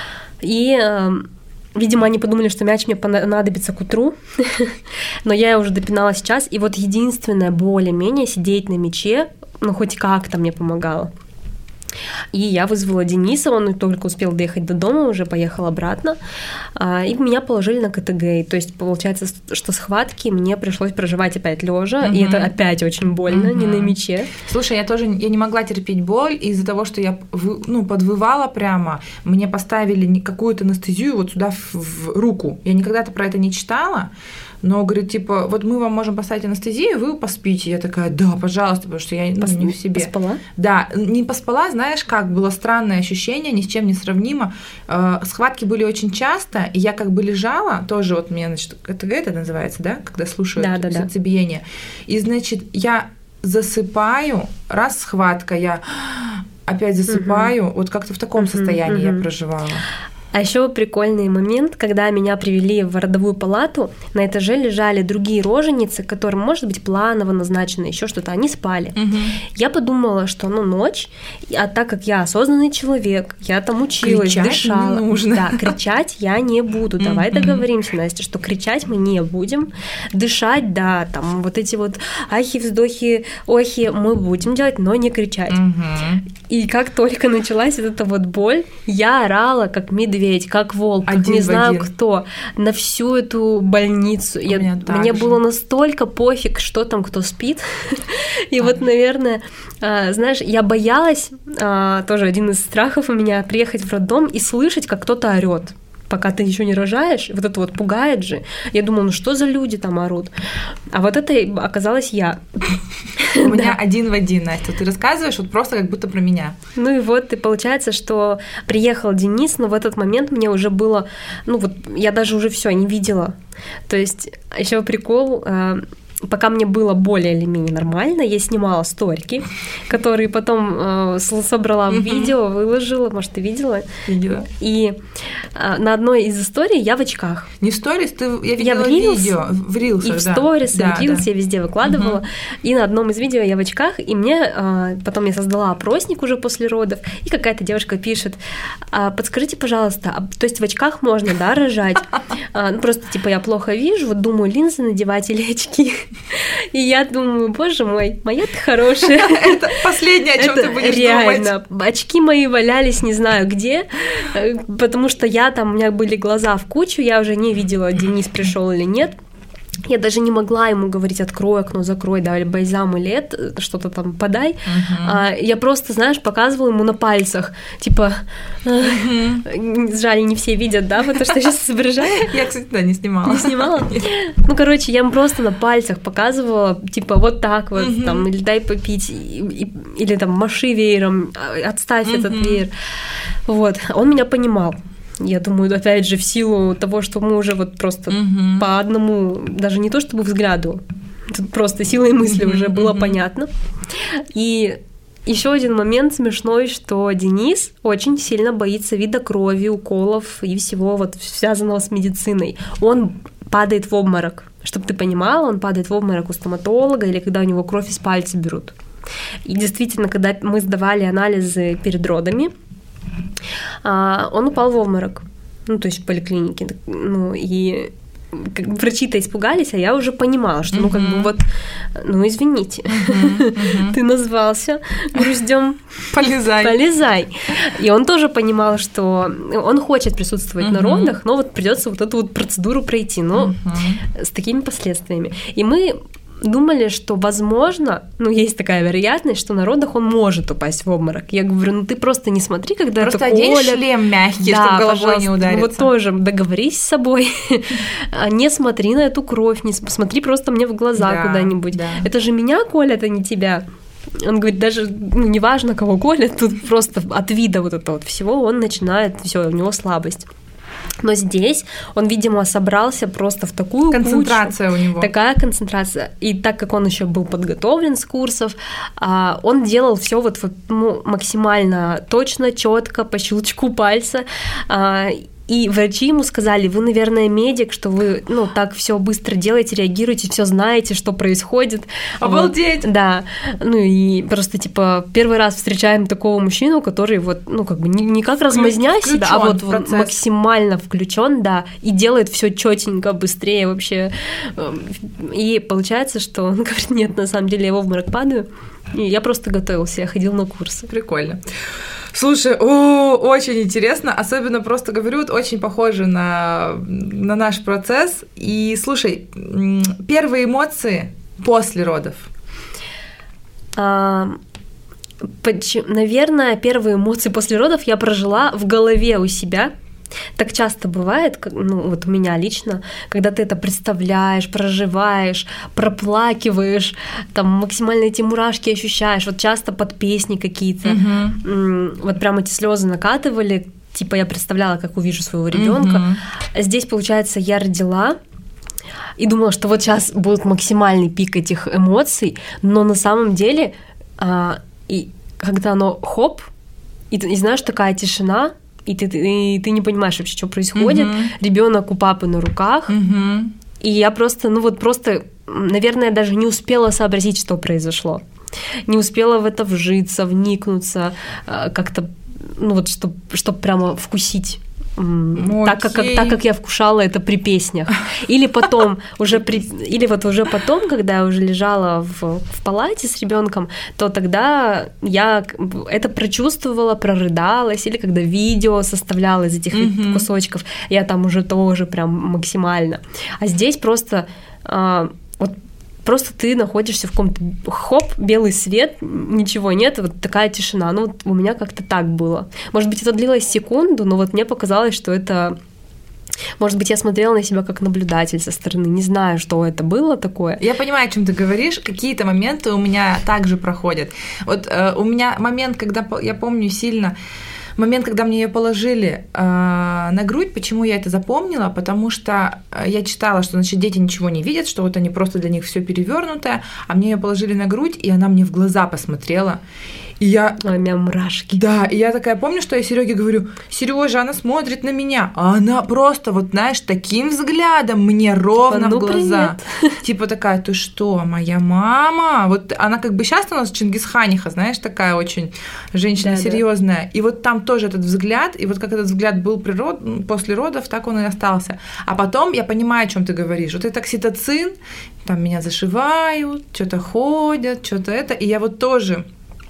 И, а, видимо, они подумали, что мяч мне понадобится к утру, но я уже допинала сейчас. И вот единственное более-менее сидеть на мяче, ну, хоть как-то мне помогало. И я вызвала Дениса, он только успел доехать до дома, уже поехал обратно, а, и меня положили на ка тэ гэ. То есть получается, что схватки мне пришлось проживать опять лежа, и Мгм. это опять очень больно, не на Мгм. мяче. Слушай, я тоже я не могла терпеть боль из-за того, что я вы- ну, подвывала прямо. Мне поставили не- какую-то анестезию вот сюда в, в руку. Я никогда-то про это не читала. Но, говорит, типа, вот мы вам можем поставить анестезию, вы поспите. Я такая, да, пожалуйста, потому что я ну, Пос- не в себе. Поспала? Да, не поспала, знаешь, как было странное ощущение, ни с чем не сравнимо. Э, Схватки были очень часто, и я как бы лежала, тоже вот мне, значит, ка тэ гэ это называется, да, когда слушают Да, да, да. сердцебиение. И, значит, я засыпаю, раз схватка, я опять засыпаю, вот как-то в таком Мгм, состоянии я мгм. проживала. А еще прикольный момент, когда меня привели в родовую палату, на этаже лежали другие роженицы, которым, может быть, планово назначено еще что-то, они спали. Мгм. Я подумала, что ну ночь, а так как я осознанный человек, я там училась, Кричать дышала. не нужно. Да, кричать я не буду. Давай Мгм. договоримся, Настя, что кричать мы не будем. Дышать, да, там вот эти вот ахи, вздохи, охи мы будем делать, но не кричать. Мгм. И как только началась вот эта вот боль, я орала, как медведь медведь, как волк, как не знаю один. Кто, на всю эту больницу. Я, мне же. Было настолько пофиг, что там кто спит. И вот, наверное, знаешь, я боялась, тоже один из страхов у меня, приехать в роддом и слышать, как кто-то орёт. Пока ты еще не рожаешь, вот это вот пугает же. Я думала, ну что за люди там орут? А вот это оказалась я. У меня один в один, Настя. Ты рассказываешь вот просто как будто про меня. Ну и вот, и получается, что приехал Денис, но в этот момент мне уже было, ну вот я даже уже все не видела. То есть еще прикол. Пока мне было более или менее нормально, я снимала сторики, которые потом э, собрала в видео, выложила, может, ты видела? Видела. И э, на одной из историй я в очках. Не в сторис, ты, я видела я в Reels, видео. В Reels, и в сторис, да, и в Reels, да. Я везде выкладывала. Угу. И на одном из видео я в очках, и мне э, потом я создала опросник уже после родов, и какая-то девушка пишет: а, подскажите, пожалуйста, а, то есть в очках можно, да, рожать? А, ну, просто, типа, я плохо вижу, вот думаю, линзы надевать или очки. И я думаю, боже мой, моя ты хорошая. Это последнее, о чем ты будешь думать. Реально. Очки мои валялись не знаю где, потому что я там, у меня были глаза в кучу, я уже не видела, Денис пришел или нет. Я даже не могла ему говорить: открой окно, закрой, да, или бальзам, или это, что-то там подай. Uh-huh. А, я просто, знаешь, показывала ему на пальцах, типа, uh-huh. жаль, не все видят, да, потому что я сейчас изображаю. Я, кстати, да, не снимала. Не снимала? Ну, короче, я ему просто на пальцах показывала, типа, вот так вот, uh-huh. там, или дай попить, и, и, или там, маши веером, отставь uh-huh. этот веер. Вот, он меня понимал. Я думаю, опять же, в силу того, что мы уже вот просто uh-huh. по одному, даже не то чтобы взгляду, тут просто силой мысли uh-huh. уже было uh-huh. понятно. И еще один момент смешной, что Денис очень сильно боится вида крови, уколов и всего вот связанного с медициной. Он падает в обморок. Чтобы ты понимала, он падает в обморок у стоматолога или когда у него кровь из пальца берут. И действительно, когда мы сдавали анализы перед родами, он упал в обморок, ну, то есть в поликлинике, ну, и как бы врачи-то испугались, а я уже понимала, что, ну, как бы вот, ну, извините, uh-huh, uh-huh. ты назвался груздем, полезай. полезай. И он тоже понимал, что он хочет присутствовать uh-huh. на родах, но вот придется вот эту вот процедуру пройти, но uh-huh. с такими последствиями. И мы думали, что, возможно, ну, есть такая вероятность, что на родах он может упасть в обморок. Я говорю, ну, ты просто не смотри, когда просто это колят. Просто одень шлем мягкий, да, чтобы головой пожалуйста. Не удариться. Ну, вот тоже договорись с собой, не смотри на эту кровь, не смотри просто мне в глаза да, куда-нибудь. Да. Это же меня колят, а не тебя. Он говорит, даже ну, неважно, кого колят, тут просто от вида вот этого вот всего он начинает, все, у него слабость. Но здесь он, видимо, собрался просто в такую концентрация кучу, у него. Такая концентрация. И так как он еще был подготовлен с курсов, он делал все вот ну, максимально точно, четко, по щелчку пальца. И врачи ему сказали: вы, наверное, медик, что вы, ну, так все быстро делаете, реагируете, все знаете, что происходит. Обалдеть! Вот, да. Ну и просто, типа, первый раз встречаем такого мужчину, который вот, ну, как бы не, не как размазня себя, а вот максимально включен, да, и делает все четенько, быстрее вообще. И получается, что он говорит: нет, на самом деле я в обморок падаю. И я просто готовился, я ходил на курсы. Прикольно. Слушай, о, очень интересно, особенно просто говорю, очень похоже на, на наш процесс. И слушай, первые эмоции после родов? А, наверное, первые эмоции после родов я прожила в голове у себя. Так часто бывает, ну вот у меня лично, когда ты это представляешь, проживаешь, проплакиваешь, там максимально эти мурашки ощущаешь, вот часто под песни какие-то, uh-huh. вот прям эти слезы накатывали, типа я представляла, как увижу своего ребенка. Uh-huh. Здесь, получается, я родила и думала, что вот сейчас будет максимальный пик этих эмоций, но на самом деле, а, и когда оно хоп, и, и знаешь, такая тишина, и ты, и ты не понимаешь вообще, что происходит. Uh-huh. Ребенок у папы на руках. Uh-huh. И я просто, ну вот просто, наверное, даже не успела сообразить, что произошло. Не успела в это вжиться, вникнуться, как-то, ну вот, чтобы чтоб прямо вкусить так как, как, так как я вкушала это при песнях. Или потом, уже при, или вот уже потом, когда я уже лежала в, в палате с ребенком, то тогда я это прочувствовала, прорыдалась, или когда видео составляла из этих mm-hmm. кусочков, я там уже тоже прям максимально. А здесь просто а, вот просто ты находишься в каком-то хоп, белый свет, ничего нет, вот такая тишина. Ну, вот у меня как-то так было. Может быть, это длилось секунду, но вот мне показалось, что это... Может быть, я смотрела на себя как наблюдатель со стороны, не знаю, что это было такое. Я понимаю, о чем ты говоришь. Какие-то моменты у меня также проходят. Вот э, у меня момент, когда я помню сильно... Момент, когда мне ее положили э, на грудь, почему я это запомнила? Потому что я читала, что, значит, дети ничего не видят, что вот они просто для них все перевернутое, а мне ее положили на грудь, и она мне в глаза посмотрела. И я... Ой, у меня мурашки. Да, и я такая помню, что я Сереге говорю: Сережа, она смотрит на меня, а она просто вот, знаешь, таким взглядом мне ровно типа, ну, в глаза. привет. Типа такая: ты что, моя мама? Вот она как бы сейчас у нас Чингисханиха, знаешь, такая очень женщина да, серьезная. Да. И вот там тоже этот взгляд, и вот как этот взгляд был при род... после родов, так он и остался. А потом я понимаю, о чем ты говоришь. Вот это окситоцин, там меня зашивают, что-то ходят, что-то это, и я вот тоже...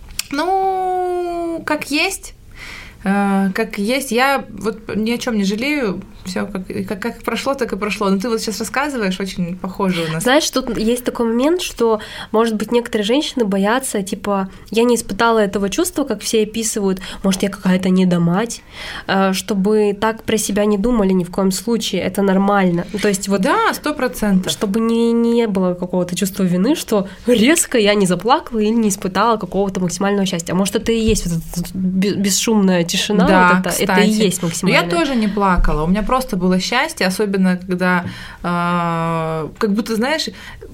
Ну, как есть, э, как есть. Я вот ни о чем не жалею. Все как, как, как прошло, так и прошло. Но ты вот сейчас рассказываешь, очень похоже у нас. Знаешь, тут есть такой момент, что, может быть, некоторые женщины боятся, типа, я не испытала этого чувства, как все описывают, может, я какая-то недомать, чтобы так про себя не думали ни в коем случае, это нормально. То есть вот... Да, сто процентов. Чтобы не, не было какого-то чувства вины, что резко я не заплакала или не испытала какого-то максимального счастья. А может, это и есть вот эта бесшумная тишина, да, вот это, кстати. Это и есть максимально. Но я тоже не плакала, у меня просто было счастье, особенно когда, э, как будто, знаешь,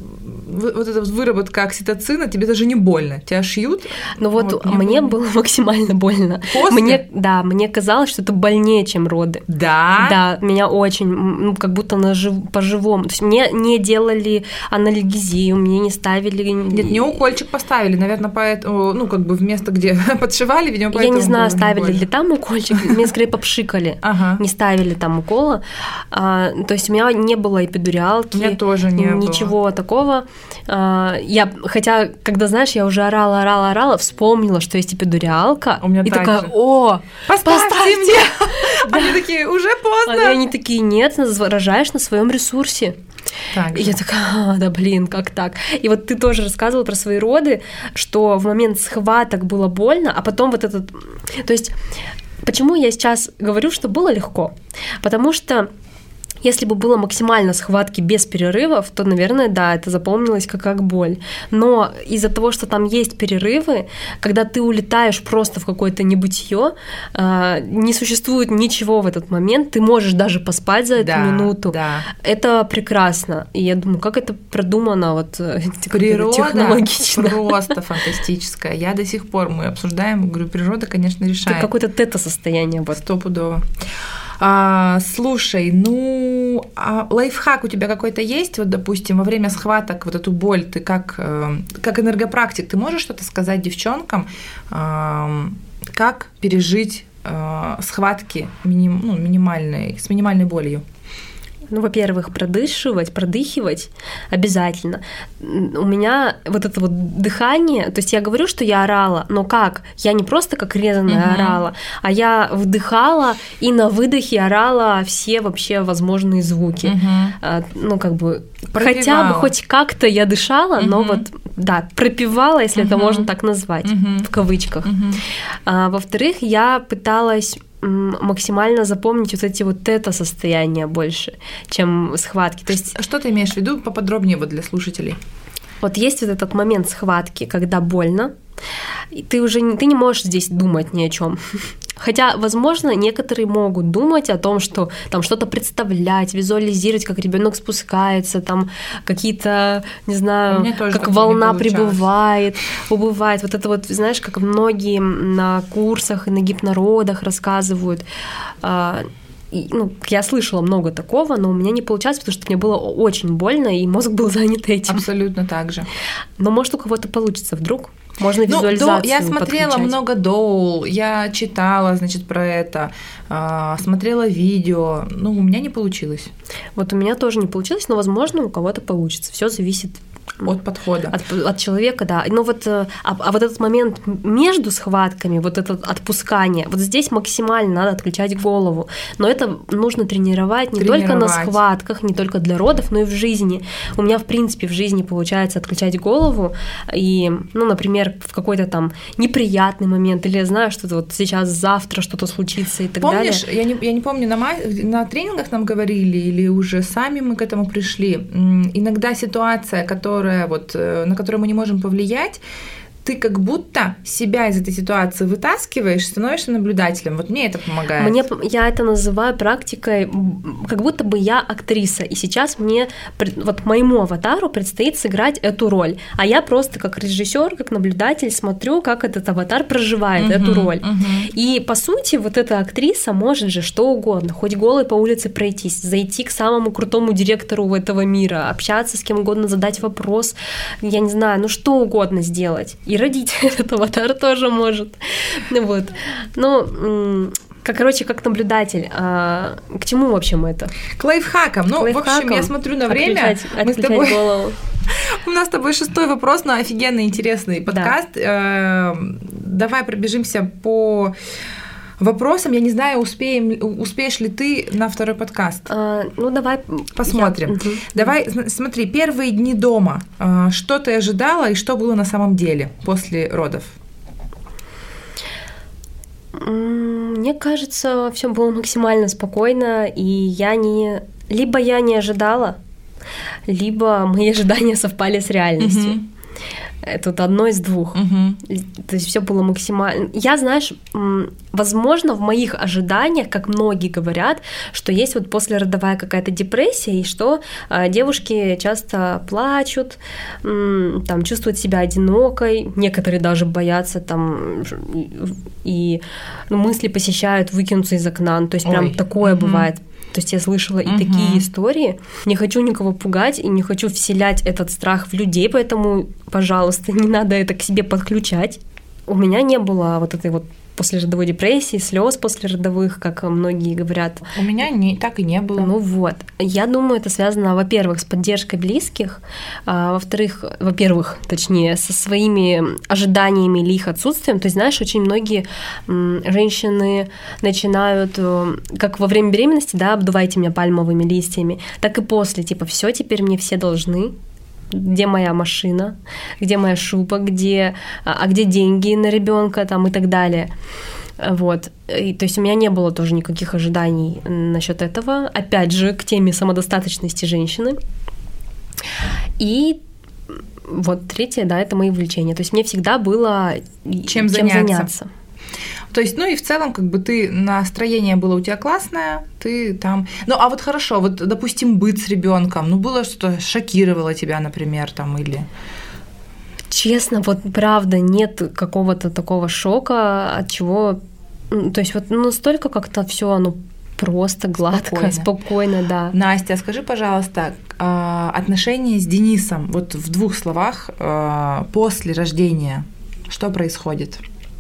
вот эта выработка окситоцина, тебе даже не больно, тебя шьют. Ну вот, вот мне было максимально больно. После? Мне, да, мне казалось, что это больнее, чем роды. Да? Да, меня очень, ну, как будто на жив... по-живому. То есть мне не делали анальгезию, мне не ставили... Нет, мне укольчик поставили, наверное, поэтому, ну, как бы в место, где подшивали, видимо, поэтому... Я не знаю, ставили ли там укольчик, мне скорее попшикали, ага. не ставили там укола. А, то есть у меня не было эпидуралки. У меня тоже не было. Ничего такого. А, я, хотя, когда, знаешь, я уже орала, орала, орала, вспомнила, что есть эпидуралка. У меня и так такая: же. О, поставьте, поставьте мне! Они такие: уже поздно. А они такие: нет, рожаешь на своем ресурсе. Так и я такая: а, да блин, как так? И вот ты тоже рассказывала про свои роды, что в момент схваток было больно, а потом вот этот... То есть почему я сейчас говорю, что было легко? Потому что если бы было максимально схватки без перерывов, то, наверное, да, это запомнилось как, как боль. Но из-за того, что там есть перерывы, когда ты улетаешь просто в какое-то небытие, не существует ничего в этот момент, ты можешь даже поспать за эту да, минуту. Да. Это прекрасно. И я думаю, как это продумано вот природа технологично. Просто фантастическая. Я до сих пор, мы обсуждаем, говорю, природа, конечно, решает. Это какое-то тета-состояние. Вот. Стопудово. А, слушай, ну, а лайфхак у тебя какой-то есть? Вот, допустим, во время схваток вот эту боль ты как, как энергопрактик, ты можешь что-то сказать девчонкам, как пережить схватки миним, ну, минимальной, с минимальной болью? Ну, во-первых, продышивать, продыхивать обязательно. У меня вот это вот дыхание, то есть я говорю, что я орала, но как? Я не просто как резаная uh-huh. орала, а я вдыхала и на выдохе орала все вообще возможные звуки. Uh-huh. Ну, как бы, пропевала. Хотя бы хоть как-то я дышала, uh-huh. но вот, да, пропевала, если uh-huh. это можно так назвать, uh-huh. в кавычках. Uh-huh. А, во-вторых, я пыталась максимально запомнить вот эти вот тета-состояния больше, чем схватки. То есть... Что ты имеешь в виду поподробнее вот для слушателей? Вот есть вот этот момент схватки, когда больно, и ты уже не, ты не можешь здесь думать ни о чем. Хотя, возможно, некоторые могут думать о том, что там что-то представлять, визуализировать, как ребенок спускается, там какие-то, не знаю, как волна прибывает, убывает. Вот это вот, знаешь, как многие на курсах и на гипнородах рассказывают. И, ну, я слышала много такого, но у меня не получалось, потому что мне было очень больно, и мозг был занят этим. Абсолютно так же. Но может у кого-то получится вдруг. Можно визуализацию ну, до, я смотрела подключать. много доул, я читала, значит, про это, э, смотрела видео, ну, у меня не получилось. Вот у меня тоже не получилось, но, возможно, у кого-то получится. Все зависит от подхода. От, от человека, да. Но вот, а, а вот этот момент между схватками, вот это отпускание, вот здесь максимально надо отключать голову. Но это нужно тренировать не тренировать. только на схватках, не только для родов, но и в жизни. У меня, в принципе, в жизни получается отключать голову. И, ну, например, в какой-то там неприятный момент, или я знаю, что вот сейчас, завтра что-то случится и так Помнишь, далее. Я не, я не помню, на, на тренингах нам говорили, или уже сами мы к этому пришли. Иногда ситуация, которая вот, на которую мы не можем повлиять, ты как будто себя из этой ситуации вытаскиваешь, становишься наблюдателем. Вот мне это помогает. Мне, я это называю практикой, как будто бы я актриса, и сейчас мне, вот моему аватару предстоит сыграть эту роль, а я просто как режиссер, как наблюдатель смотрю, как этот аватар проживает uh-huh, эту роль. Uh-huh. И по сути вот эта актриса может же что угодно, хоть голой по улице пройтись, зайти к самому крутому директору этого мира, общаться с кем угодно, задать вопрос, я не знаю, ну что угодно сделать. И родить этот аватар тоже может. Вот. Ну, как, короче, как наблюдатель. А к чему вообще мы это? К лайфхакам. Ну, лайфхакам. В общем, я смотрю на время. Отключать, мы отключать с тобой... голову. У нас с тобой шестой вопрос, но офигенно интересный подкаст. Да. Давай пробежимся по вопросам. Я не знаю, успеем, успеешь ли ты на второй подкаст. А, ну, давай посмотрим. Я... Давай, смотри, первые дни дома. Что ты ожидала и что было на самом деле после родов? Мне кажется, все было максимально спокойно, и я не... Либо я не ожидала, либо мои ожидания совпали с реальностью. Mm-hmm. Тут одно из двух. Uh-huh. То есть все было максимально... Я, знаешь, возможно, в моих ожиданиях, как многие говорят, что есть вот послеродовая какая-то депрессия, и что девушки часто плачут, там, чувствуют себя одинокой, некоторые даже боятся там, и ну, мысли посещают выкинуться из окна. То есть Ой. Прям такое uh-huh. бывает. То есть я слышала и uh-huh. такие истории. Не хочу никого пугать и не хочу вселять этот страх в людей, поэтому, пожалуйста, не надо это к себе подключать. У меня не было вот этой вот послеродовой депрессии, слез послеродовых, как многие говорят. У меня не, так и не было. Ну вот. Я думаю, это связано, во-первых, с поддержкой близких, а, во-вторых, во-первых, точнее, со своими ожиданиями или их отсутствием. То есть, знаешь, очень многие м, женщины начинают, как во время беременности, да, обдувайте меня пальмовыми листьями, так и после, типа, все теперь мне все должны. Где моя машина, где моя шуба, где, а где деньги на ребенка там, и так далее. Вот. И, то есть у меня не было тоже никаких ожиданий насчет этого. Опять же, к теме самодостаточности женщины. И вот третье, да, это мои увлечения. То есть мне всегда было чем, чем заняться. заняться. То есть, ну и в целом, как бы ты, настроение было у тебя классное, ты там... Ну, а вот хорошо, вот, допустим, быт с ребенком, ну, было что-то, шокировало тебя, например, там, или... Честно, вот правда, нет какого-то такого шока, от чего... То есть вот настолько как-то все оно просто, гладко, спокойно, спокойно, да. Настя, скажи, пожалуйста, отношения с Денисом, вот в двух словах, после рождения, что происходит?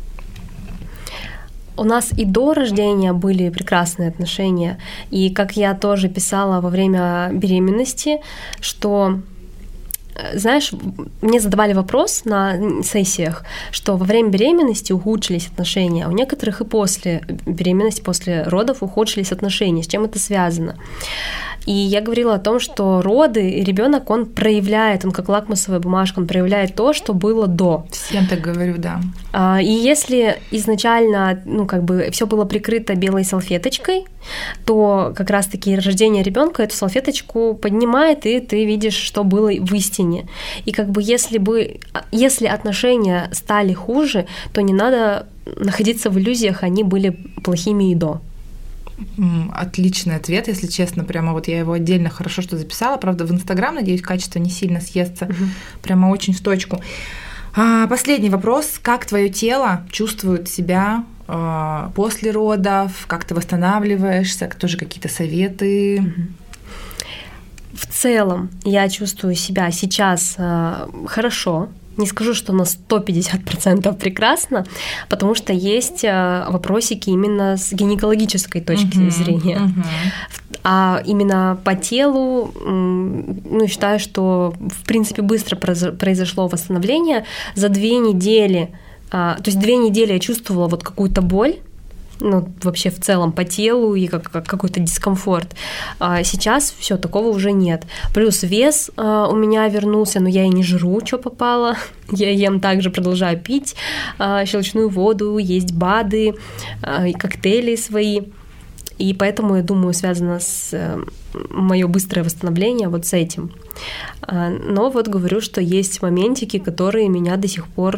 У нас и до рождения были прекрасные отношения, и как я тоже писала во время беременности, что, знаешь, мне задавали вопрос на сессиях, что во время беременности ухудшились отношения, а у некоторых и после беременности, после родов ухудшились отношения. С чем это связано? И я говорила о том, что роды и ребенок, он проявляет, он как лакмусовая бумажка, он проявляет то, что было до. Всем так говорю, да. И если изначально, ну, как бы все было прикрыто белой салфеточкой, то как раз-таки рождение ребенка эту салфеточку поднимает, и ты видишь, что было в истине. И как бы если бы, если отношения стали хуже, то не надо находиться в иллюзиях, они были плохими и до. Отличный ответ, если честно, прямо вот я его отдельно хорошо что записала, правда, в Инстаграм, надеюсь, качество не сильно съестся, угу. Прямо очень в точку. А, последний вопрос, как твое тело чувствует себя а, после родов, как ты восстанавливаешься, тоже какие-то советы? Угу. В целом я чувствую себя сейчас а, хорошо, не скажу, что на сто пятьдесят процентов прекрасно, потому что есть вопросики именно с гинекологической точки uh-huh, зрения. Uh-huh. А именно по телу, ну, считаю, что в принципе быстро произошло восстановление. За две недели, то есть две недели я чувствовала вот какую-то боль, ну, вообще в целом по телу и как, как какой-то дискомфорт. А сейчас все такого уже нет. Плюс вес а, у меня вернулся, но я и не жру, что попало. Я ем также, продолжаю пить а, щелочную воду, есть БАДы, а, и коктейли свои. И поэтому, я думаю, связано с а, мое быстрое восстановление вот с этим. А, но вот говорю, что есть моментики, которые меня до сих пор...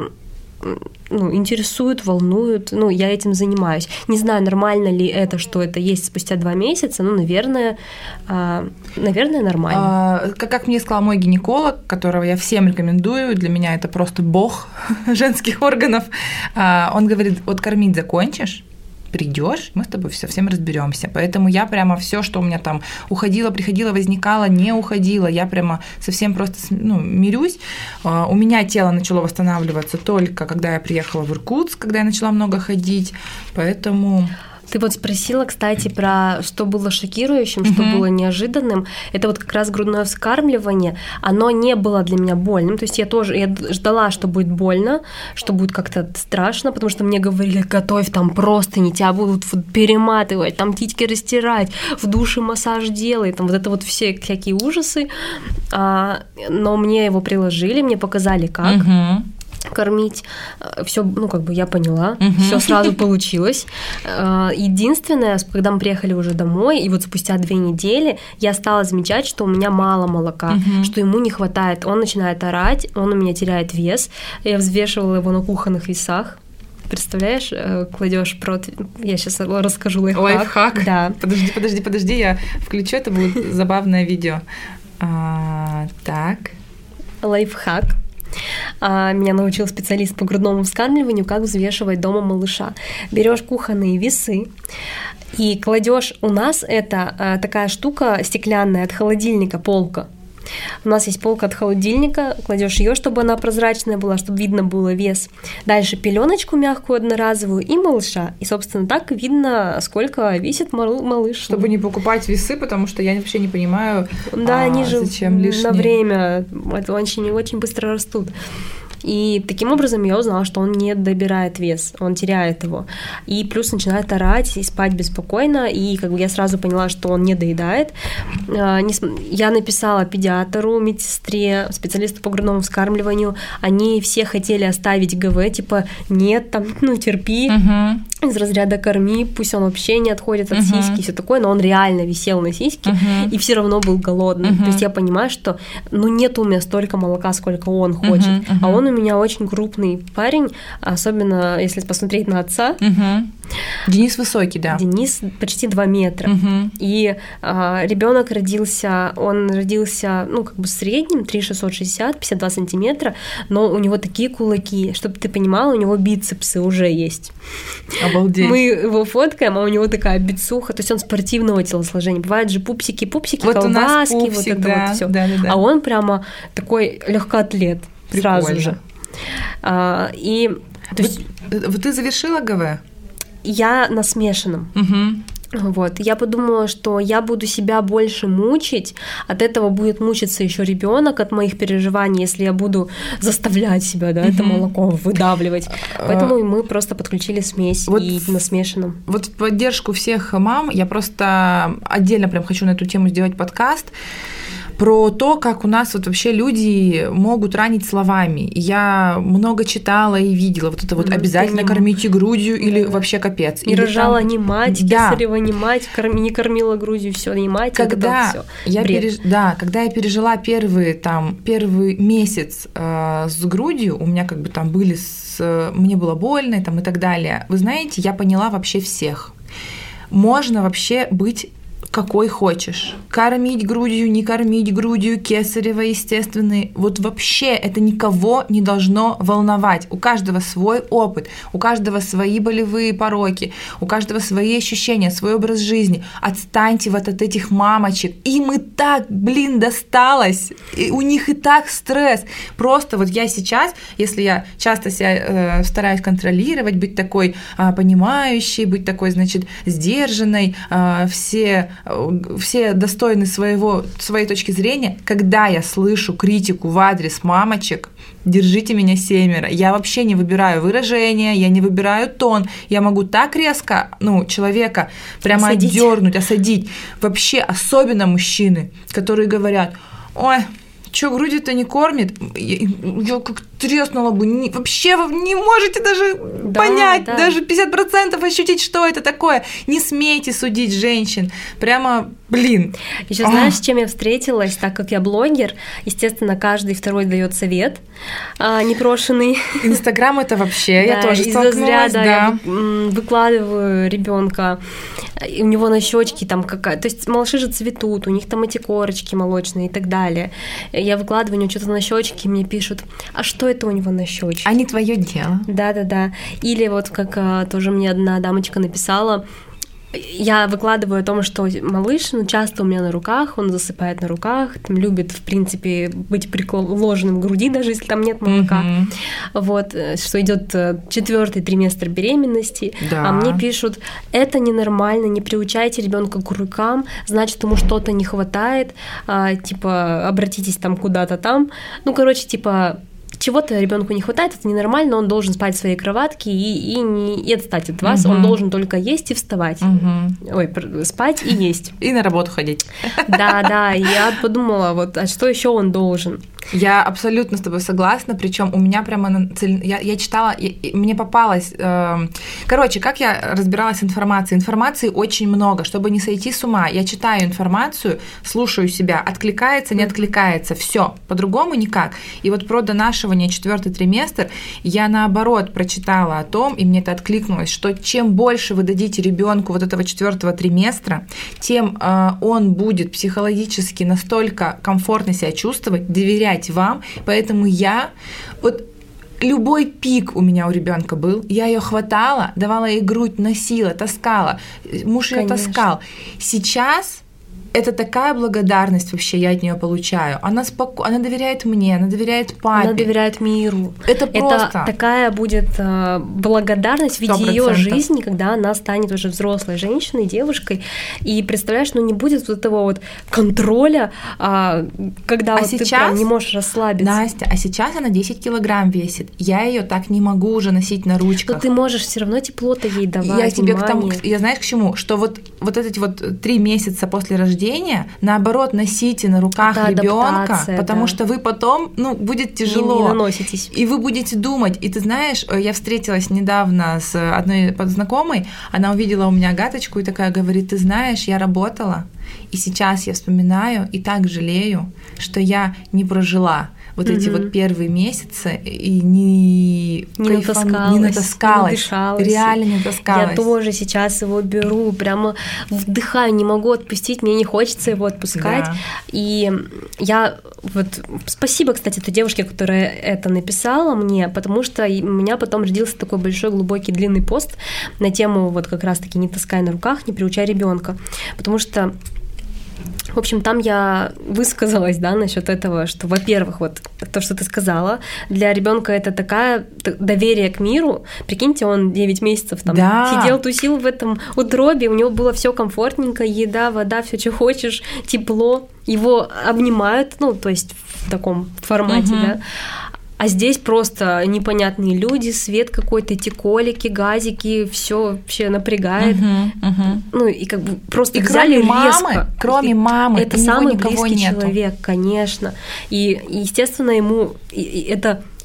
ну, интересуют, волнуют, ну, я этим занимаюсь. Не знаю, нормально ли это, что это есть спустя два месяца, ну, наверное, а, наверное, нормально. А, как, как мне сказал мой гинеколог, которого я всем рекомендую, для меня это просто бог женских органов, а, он говорит, вот кормить закончишь, придешь, мы с тобой совсем разберемся. Поэтому я прямо все, что у меня там уходило, приходило, возникало, не уходило, я прямо совсем просто ну, мирюсь. У меня тело начало восстанавливаться только когда я приехала в Иркутск, когда я начала много ходить, поэтому... Ты вот спросила, кстати, про что было шокирующим, что mm-hmm. было неожиданным. Это вот как раз грудное вскармливание. Оно не было для меня больным. То есть я тоже я ждала, что будет больно, что будет как-то страшно, потому что мне говорили, готовь там простыни, тебя будут перематывать, там титьки растирать, в душе массаж делай, там вот это вот все всякие ужасы. А, но мне его приложили, мне показали, как. Mm-hmm. кормить, все, ну, как бы я поняла, uh-huh. все сразу получилось. Единственное, когда мы приехали уже домой, и вот спустя две недели я стала замечать, что у меня мало молока, uh-huh. что ему не хватает, он начинает орать, он у меня теряет вес, я взвешивала его на кухонных весах. Представляешь, кладешь прот, я сейчас расскажу лайфхак. Лайфхак? Да. Подожди, подожди, подожди, я включу, это будет забавное видео. А, так. Лайфхак. Меня научил специалист по грудному вскармливанию, как взвешивать дома малыша. Берешь кухонные весы и кладешь. У нас это такая штука стеклянная от холодильника, полка. У нас есть полка от холодильника, кладешь ее, чтобы она прозрачная была, чтобы видно было вес. Дальше пеленочку мягкую одноразовую и малыша. И, собственно, так видно, сколько весит малыш. Чтобы не покупать весы, потому что я вообще не понимаю, да, а, они же зачем лишние. На время очень, очень быстро растут. И таким образом я узнала, что он не добирает вес, он теряет его. И плюс начинает орать и спать беспокойно, и как бы я сразу поняла, что он не доедает. Я написала педиатру, медсестре, специалисту по грудному вскармливанию, они все хотели оставить ГВ, типа нет, там, ну терпи, угу. из разряда корми, пусть он вообще не отходит от угу. сиськи и все такое, но он реально висел на сиське угу. и все равно был голодный. Угу. То есть я понимаю, что ну нет у меня столько молока, сколько он хочет, угу. Угу. а он у меня очень крупный парень, особенно если посмотреть на отца. Угу. Денис высокий, да. Денис почти два метра. Угу. И а, ребенок родился, он родился, ну, как бы средним, три тысячи шестьсот шестьдесят, пятьдесят два сантиметра, но у него такие кулаки, чтобы ты понимала, у него бицепсы уже есть. Обалдеть. Мы его фоткаем, а у него такая бицуха, то есть он спортивного телосложения. Бывают же пупсики, пупсики, вот колбаски, пупсик, вот это да, вот все. Да, да, да. А он прямо такой легкоатлет. Прикольно. Сразу же. А, и, то есть, вот ты завершила ГВ? Я на смешанном. Угу. Вот. Я подумала, что я буду себя больше мучить, от этого будет мучиться еще ребенок от моих переживаний, если я буду заставлять себя, да, угу. это молоко выдавливать. Поэтому мы просто подключили смесь вот и на смешанном. Вот в поддержку всех мам я просто отдельно прям хочу на эту тему сделать подкаст. Про то, как у нас вот вообще люди могут ранить словами. Я много читала и видела вот это вот mm, обязательно кормите грудью или да. вообще капец. Не рожала там... ни мать, да. кесарева ни мать, корми, не кормила грудью, все, не мать, когда это я переж... Да, когда я пережила первый, там, первый месяц э, с грудью, у меня как бы там были, с... мне было больно там, и так далее. Вы знаете, я поняла вообще всех. Можно вообще быть какой хочешь. Кормить грудью, не кормить грудью, кесарево, естественный. Вот вообще это никого не должно волновать. У каждого свой опыт, у каждого свои болевые пороки, у каждого свои ощущения, свой образ жизни. Отстаньте вот от этих мамочек. Им и так, блин, досталось. И у них и так стресс. Просто вот я сейчас, если я часто себя э, стараюсь контролировать, быть такой э, понимающей, быть такой, значит, сдержанной, э, все все достойны своего, своей точки зрения. Когда я слышу критику в адрес мамочек, держите меня семеро. Я вообще не выбираю выражения, я не выбираю тон. Я могу так резко, ну, человека прямо осадить. Отдернуть, осадить. Вообще, особенно мужчины, которые говорят: ой, чё, грудью-то не кормит? Я, я как треснула бы. Не, вообще вы не можете даже да, понять, да. даже пятьдесят процентов ощутить, что это такое. Не смейте судить женщин. Прямо, блин. Еще знаешь, с чем я встретилась, так как я блогер, естественно, каждый второй дает совет а, непрошенный. Инстаграм это вообще, я тоже столкнулась. Я выкладываю ребенка, у него на щечки там какая, то есть малыши же цветут, у них там эти корочки молочные и так далее. Я выкладываю у него что-то на щечки, мне пишут: а что это у него на щечке? А не твое дело. Да-да-да. Или вот как а, тоже мне одна дамочка написала, я выкладываю о том, что малыш, ну, часто у меня на руках, он засыпает на руках, там, любит, в принципе, быть приложенным к груди, даже если там нет молока. Mm-hmm. Вот, что идет четвертый триместр беременности, да. А мне пишут: это ненормально, не приучайте ребенка к рукам, значит, ему что-то не хватает, а, типа, обратитесь там куда-то там. Ну, короче, типа, чего-то ребенку не хватает, это ненормально, он должен спать в своей кроватке и, и не и отстать от вас, угу. Он должен только есть и вставать. Угу. Ой, спать и есть. И на работу ходить. Да, да, я подумала, вот, а что еще он должен? Я абсолютно с тобой согласна, причем у меня прямо я, я читала, я, мне попалось. Э, короче, как я разбиралась с информацией? Информации очень много, чтобы не сойти с ума. Я читаю информацию, слушаю себя, откликается, не откликается, все, по-другому никак. И вот про донашивание четвертый триместр я наоборот прочитала о том, и мне это откликнулось, что чем больше вы дадите ребенку вот этого четвертого триместра, тем э, он будет психологически настолько комфортно себя чувствовать, доверять вам, поэтому я вот любой пик у меня у ребенка был, я ее хватала, давала ей грудь, носила, таскала, муж ее таскал. Сейчас это такая благодарность вообще я от нее получаю. Она споко... она доверяет мне, она доверяет папе. Она доверяет миру. Это просто. Это такая будет э, благодарность в виде ее жизни, когда она станет уже взрослой женщиной, девушкой. И представляешь, ну не будет вот этого вот контроля, э, когда а вот сейчас, ты прям не можешь расслабиться. Настя, а сейчас она десять килограмм весит. Я ее так не могу уже носить на ручках. Но ты можешь все равно тепло-то ей давать. Я тебе внимание. к тому, я знаешь к чему, что вот вот эти вот три месяца после рождения наоборот, носите на руках ребенка, потому да. что вы потом, ну, будет тяжело. Не, не наноситесь. И вы будете думать. И ты знаешь, я встретилась недавно с одной знакомой, она увидела у меня Агаточку и такая говорит: ты знаешь, я работала, и сейчас я вспоминаю и так жалею, что я не прожила вот mm-hmm. эти вот первые месяцы и не, не, кайфан... натаскалась, не натаскалась, не дышалась. Реально не натаскалась. Я тоже сейчас его беру, прямо вдыхаю, не могу отпустить, мне не хочется его отпускать. Да. И я вот спасибо, кстати, той девушке, которая это написала мне, потому что у меня потом родился такой большой, глубокий, длинный пост на тему вот как раз-таки «Не таскай на руках, не приучай ребенка», потому что в общем, там я высказалась, да, насчет этого, что, во-первых, вот то, что ты сказала, для ребенка это такая доверие к миру. Прикиньте, он девять месяцев там да. сидел, тусил в этом утробе, у него было все комфортненько, еда, вода, все, что хочешь, тепло. Его обнимают, ну, то есть в таком формате, угу. да. А здесь просто непонятные люди, свет какой-то, эти колики, газики, все вообще напрягает. Uh-huh, uh-huh. Ну и как бы просто и взяли кроме резко. Мамы, кроме мамы, это самый близкий нету. человек, конечно. И естественно ему это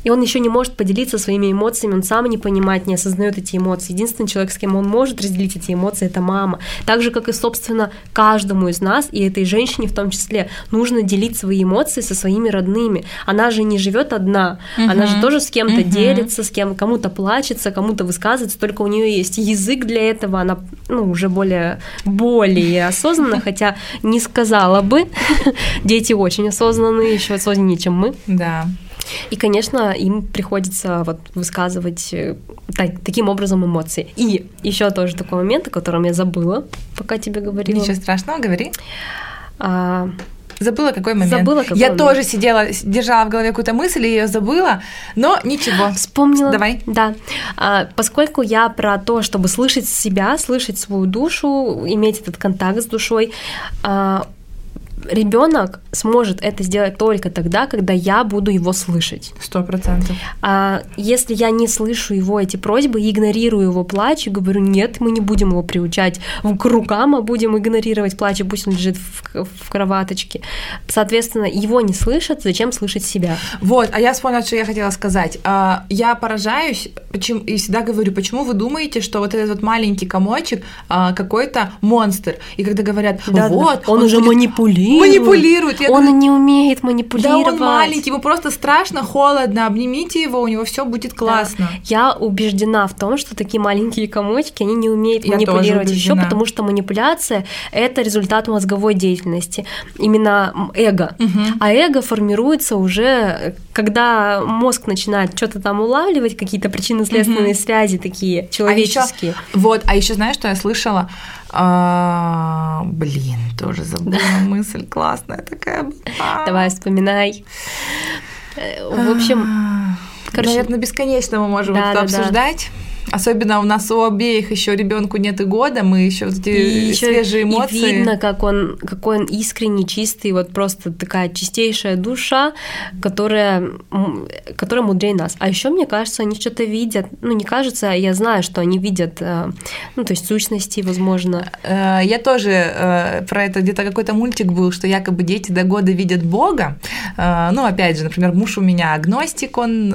И он еще не может поделиться своими эмоциями, он сам не понимает, не осознает эти эмоции. Единственный человек, с кем он может разделить эти эмоции, это мама. Так же, как и, собственно, каждому из нас, и этой женщине в том числе, нужно делить свои эмоции со своими родными. Она же не живет одна, uh-huh. она же тоже с кем-то uh-huh. делится, с кем кому-то плачется, кому-то высказывается, только у нее есть язык для этого, она ну, уже более, более осознанна, хотя не сказала бы. Дети очень осознанные, еще осознаннее, чем мы. Да. И, конечно, им приходится вот высказывать так, таким образом эмоции. И еще тоже такой момент, о котором я забыла, пока тебе говорила. Ничего страшного, говори. А... Забыла какой момент. Забыла какой Я момент. тоже сидела, держала в голове какую-то мысль, и ее забыла, но ничего. Вспомнила. Давай. Да. А, поскольку я про то, чтобы слышать себя, слышать свою душу, иметь этот контакт с душой, а, ребенок сможет это сделать только тогда, когда я буду его слышать. Сто процентов. А если я не слышу его эти просьбы, игнорирую его плач и говорю, нет, мы не будем его приучать к рукам, а будем игнорировать плач, и пусть он лежит в, в кроваточке. Соответственно, его не слышат, зачем слышать себя? Вот, а я вспомнила, что я хотела сказать. Я поражаюсь, почему, и всегда говорю, почему вы думаете, что вот этот вот маленький комочек какой-то монстр, и когда говорят, да, вот, да. он, он уже будет... манипулирует. Манипулирует. Я он говорю, не умеет манипулировать. Да, он маленький, ему просто страшно, холодно, обнимите его, у него все будет классно. Да. Я убеждена в том, что такие маленькие комочки, они не умеют Я манипулировать еще, потому что манипуляция – это результат мозговой деятельности, именно эго. Угу. А эго формируется уже, когда мозг начинает что-то там улавливать, какие-то причинно-следственные угу. связи такие человеческие. А ещё, вот, а еще знаешь, что я слышала? А, блин, тоже забыла да. мысль классная такая была. Давай, вспоминай. В общем, короче... Наверное, бесконечно мы можем да, это да, обсуждать. Да. Особенно у нас у обеих еще ребенку нет и года, мы еще эти свежие эмоции. И видно, как он, какой он искренний, чистый, вот просто такая чистейшая душа, которая, которая мудрее нас. А еще мне кажется, они что-то видят. Ну, не кажется, я знаю, что они видят, ну, то есть сущности, возможно. Я тоже про это, где-то какой-то мультик был, что якобы дети до года видят Бога. Ну, опять же, например, муж у меня агностик, он,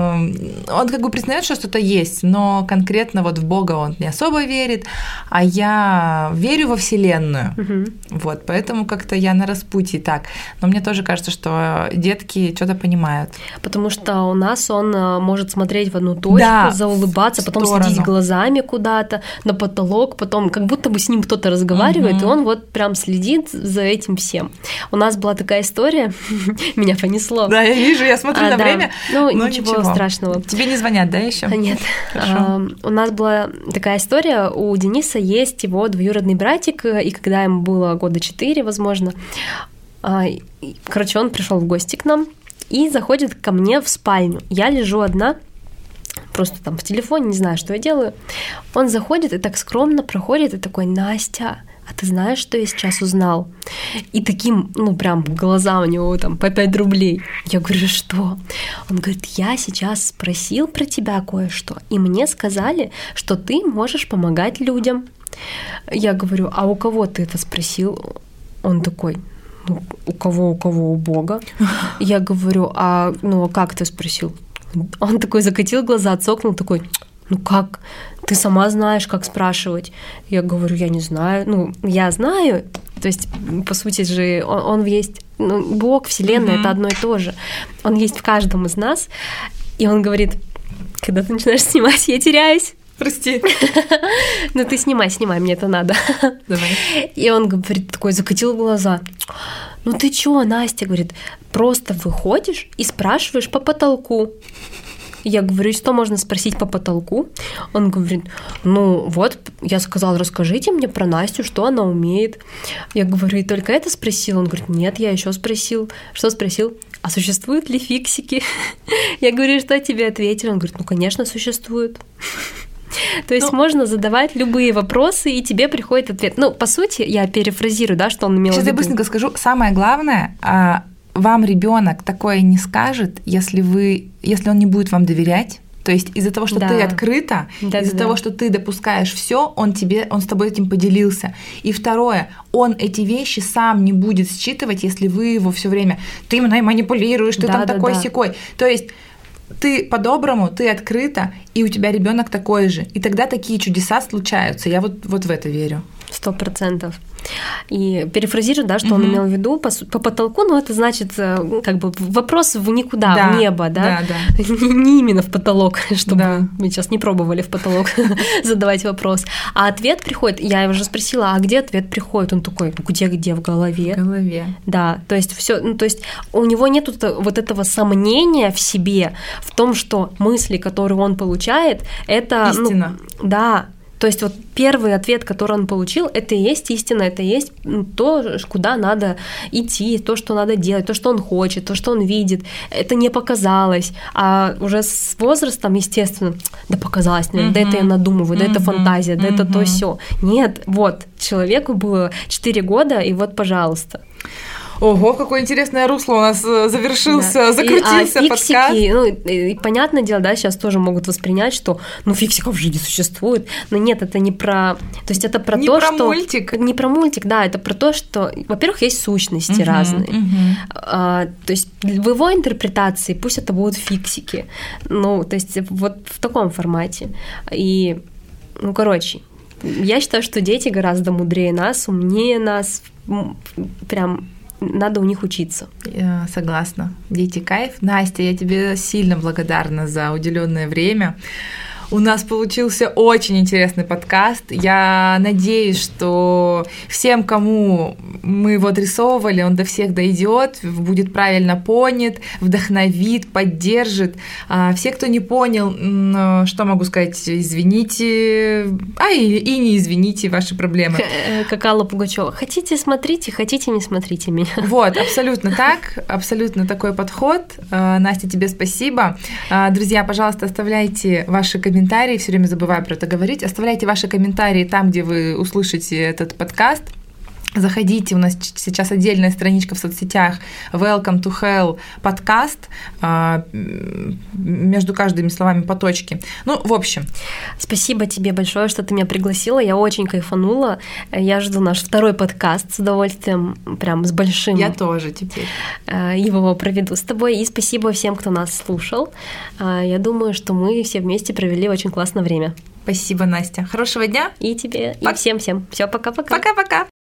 он как бы признает, что что-то есть, но конкретно вот в Бога он не особо верит, а я верю во Вселенную. Угу. Вот, поэтому как-то я на распутье так. Но мне тоже кажется, что детки что-то понимают. Потому что у нас он может смотреть в одну точку, да, заулыбаться, потом сторону. Следить глазами куда-то, на потолок, потом как будто бы с ним кто-то разговаривает, угу. и он вот прям следит за этим всем. У нас была такая история, меня понесло. Да, я вижу, я смотрю а, на да. время. Ну, ничего, ничего страшного. Тебе не звонят, да, еще? Нет. Хорошо. У нас была такая история, у Дениса есть его двоюродный братик, и когда ему было года четыре, возможно, короче, он пришел в гости к нам и заходит ко мне в спальню. Я лежу одна, просто там в телефоне, не знаю, что я делаю. Он заходит и так скромно проходит и такой: Настя, а ты знаешь, что я сейчас узнал? И таким, ну, прям глаза у него там по пять рублей. Я говорю, что? Он говорит, я сейчас спросил про тебя кое-что, и мне сказали, что ты можешь помогать людям. Я говорю, а у кого ты это спросил? Он такой, ну, у кого, у кого, у Бога. Я говорю, а ну, как ты спросил? Он такой закатил глаза, цокнул, такой... Ну как? Ты сама знаешь, как спрашивать. Я говорю, я не знаю. Ну, я знаю. То есть, по сути же, он, он есть... Ну, Бог, Вселенная, mm-hmm. это одно и то же. Он есть в каждом из нас. И он говорит, когда ты начинаешь снимать, я теряюсь. Прости. Ну ты снимай, снимай, мне это надо. Давай. И он говорит, такой закатил глаза. Ну ты чё, Настя, говорит, просто выходишь и спрашиваешь по потолку. Я говорю, что можно спросить по потолку? Он говорит, ну вот, я сказал, расскажите мне про Настю, что она умеет. Я говорю, и только это спросил? Он говорит, нет, я еще спросил. Что спросил? А существуют ли фиксики? Я говорю, что тебе ответил? Он говорит, ну, конечно, существуют. То есть ну, можно задавать любые вопросы, и тебе приходит ответ. Ну, по сути, я перефразирую, да, что он имел в виду. Сейчас я быстренько скажу. Самое главное, вам ребенок такое не скажет, если вы, если он не будет вам доверять. То есть из-за того, что да. ты открыта, да, из-за да, того, да. что ты допускаешь все, он тебе, он с тобой этим поделился. И второе, он эти вещи сам не будет считывать, если вы его все время ты мной манипулируешь, ты да, там да, такой-сякой. Да. То есть ты по-доброму, ты открыта, и у тебя ребенок такой же. И тогда такие чудеса случаются. Я вот, вот в это верю. Сто процентов. И перефразирую, да, что угу. он имел в виду по, по потолку, но это значит как бы вопрос в никуда, да, в небо, да, да, да. Не, не именно в потолок, чтобы да. мы сейчас не пробовали в потолок задавать вопрос. А ответ приходит, я его уже спросила, а где ответ приходит? Он такой, где, где, в голове? В голове. Да, то есть все, ну, то есть у него нет вот этого сомнения в себе, в том, что мысли, которые он получает, это... Истина. Ну, да. То есть вот первый ответ, который он получил, это и есть истина, это и есть то, куда надо идти, то, что надо делать, то, что он хочет, то, что он видит. Это не показалось. А уже с возрастом, естественно, да показалось, наверное, uh-huh. да это я надумываю, да uh-huh. это фантазия, да uh-huh. это то сё. Нет, вот, человеку было четыре года, и вот, пожалуйста. Ого, какое интересное русло у нас завершился, да. закрутился и, а подкаст. Фиксики, ну, и, и, понятное дело, да, сейчас тоже могут воспринять, что, ну, фиксиков же не существует. Но нет, это не про... То есть это про не то, про что... мультик. Не про мультик, да, это про то, что, во-первых, есть сущности uh-huh, разные. Uh-huh. А, то есть в его интерпретации пусть это будут фиксики. Ну, то есть вот в таком формате. И, ну, короче, я считаю, что дети гораздо мудрее нас, умнее нас, прям... Надо у них учиться. Я согласна. Дети кайф. Настя, я тебе сильно благодарна за уделенное время. У нас получился очень интересный подкаст. Я надеюсь, что всем, кому мы его адресовывали, он до всех дойдет, будет правильно понят, вдохновит, поддержит. А все, кто не понял, что могу сказать, извините, а и, и не извините ваши проблемы. Как Алла Пугачева. Хотите, смотрите, хотите, не смотрите меня. Вот, абсолютно так, абсолютно такой подход. Настя, тебе спасибо. Друзья, пожалуйста, оставляйте ваши комментарии. комментарии, все время забываю про это говорить. Оставляйте ваши комментарии там, где вы услышите этот подкаст. Заходите, у нас сейчас отдельная страничка в соцсетях Welcome to Hell подкаст, между каждыми словами по точке. Ну, в общем. Спасибо тебе большое, что ты меня пригласила, я очень кайфанула. Я жду наш второй подкаст с удовольствием, прям с большим. Я тоже теперь. Его проведу с тобой. И спасибо всем, кто нас слушал. Я думаю, что мы все вместе провели очень классное время. Спасибо, Настя. Хорошего дня. И тебе, и всем-всем. Все, пока-пока. Пока-пока.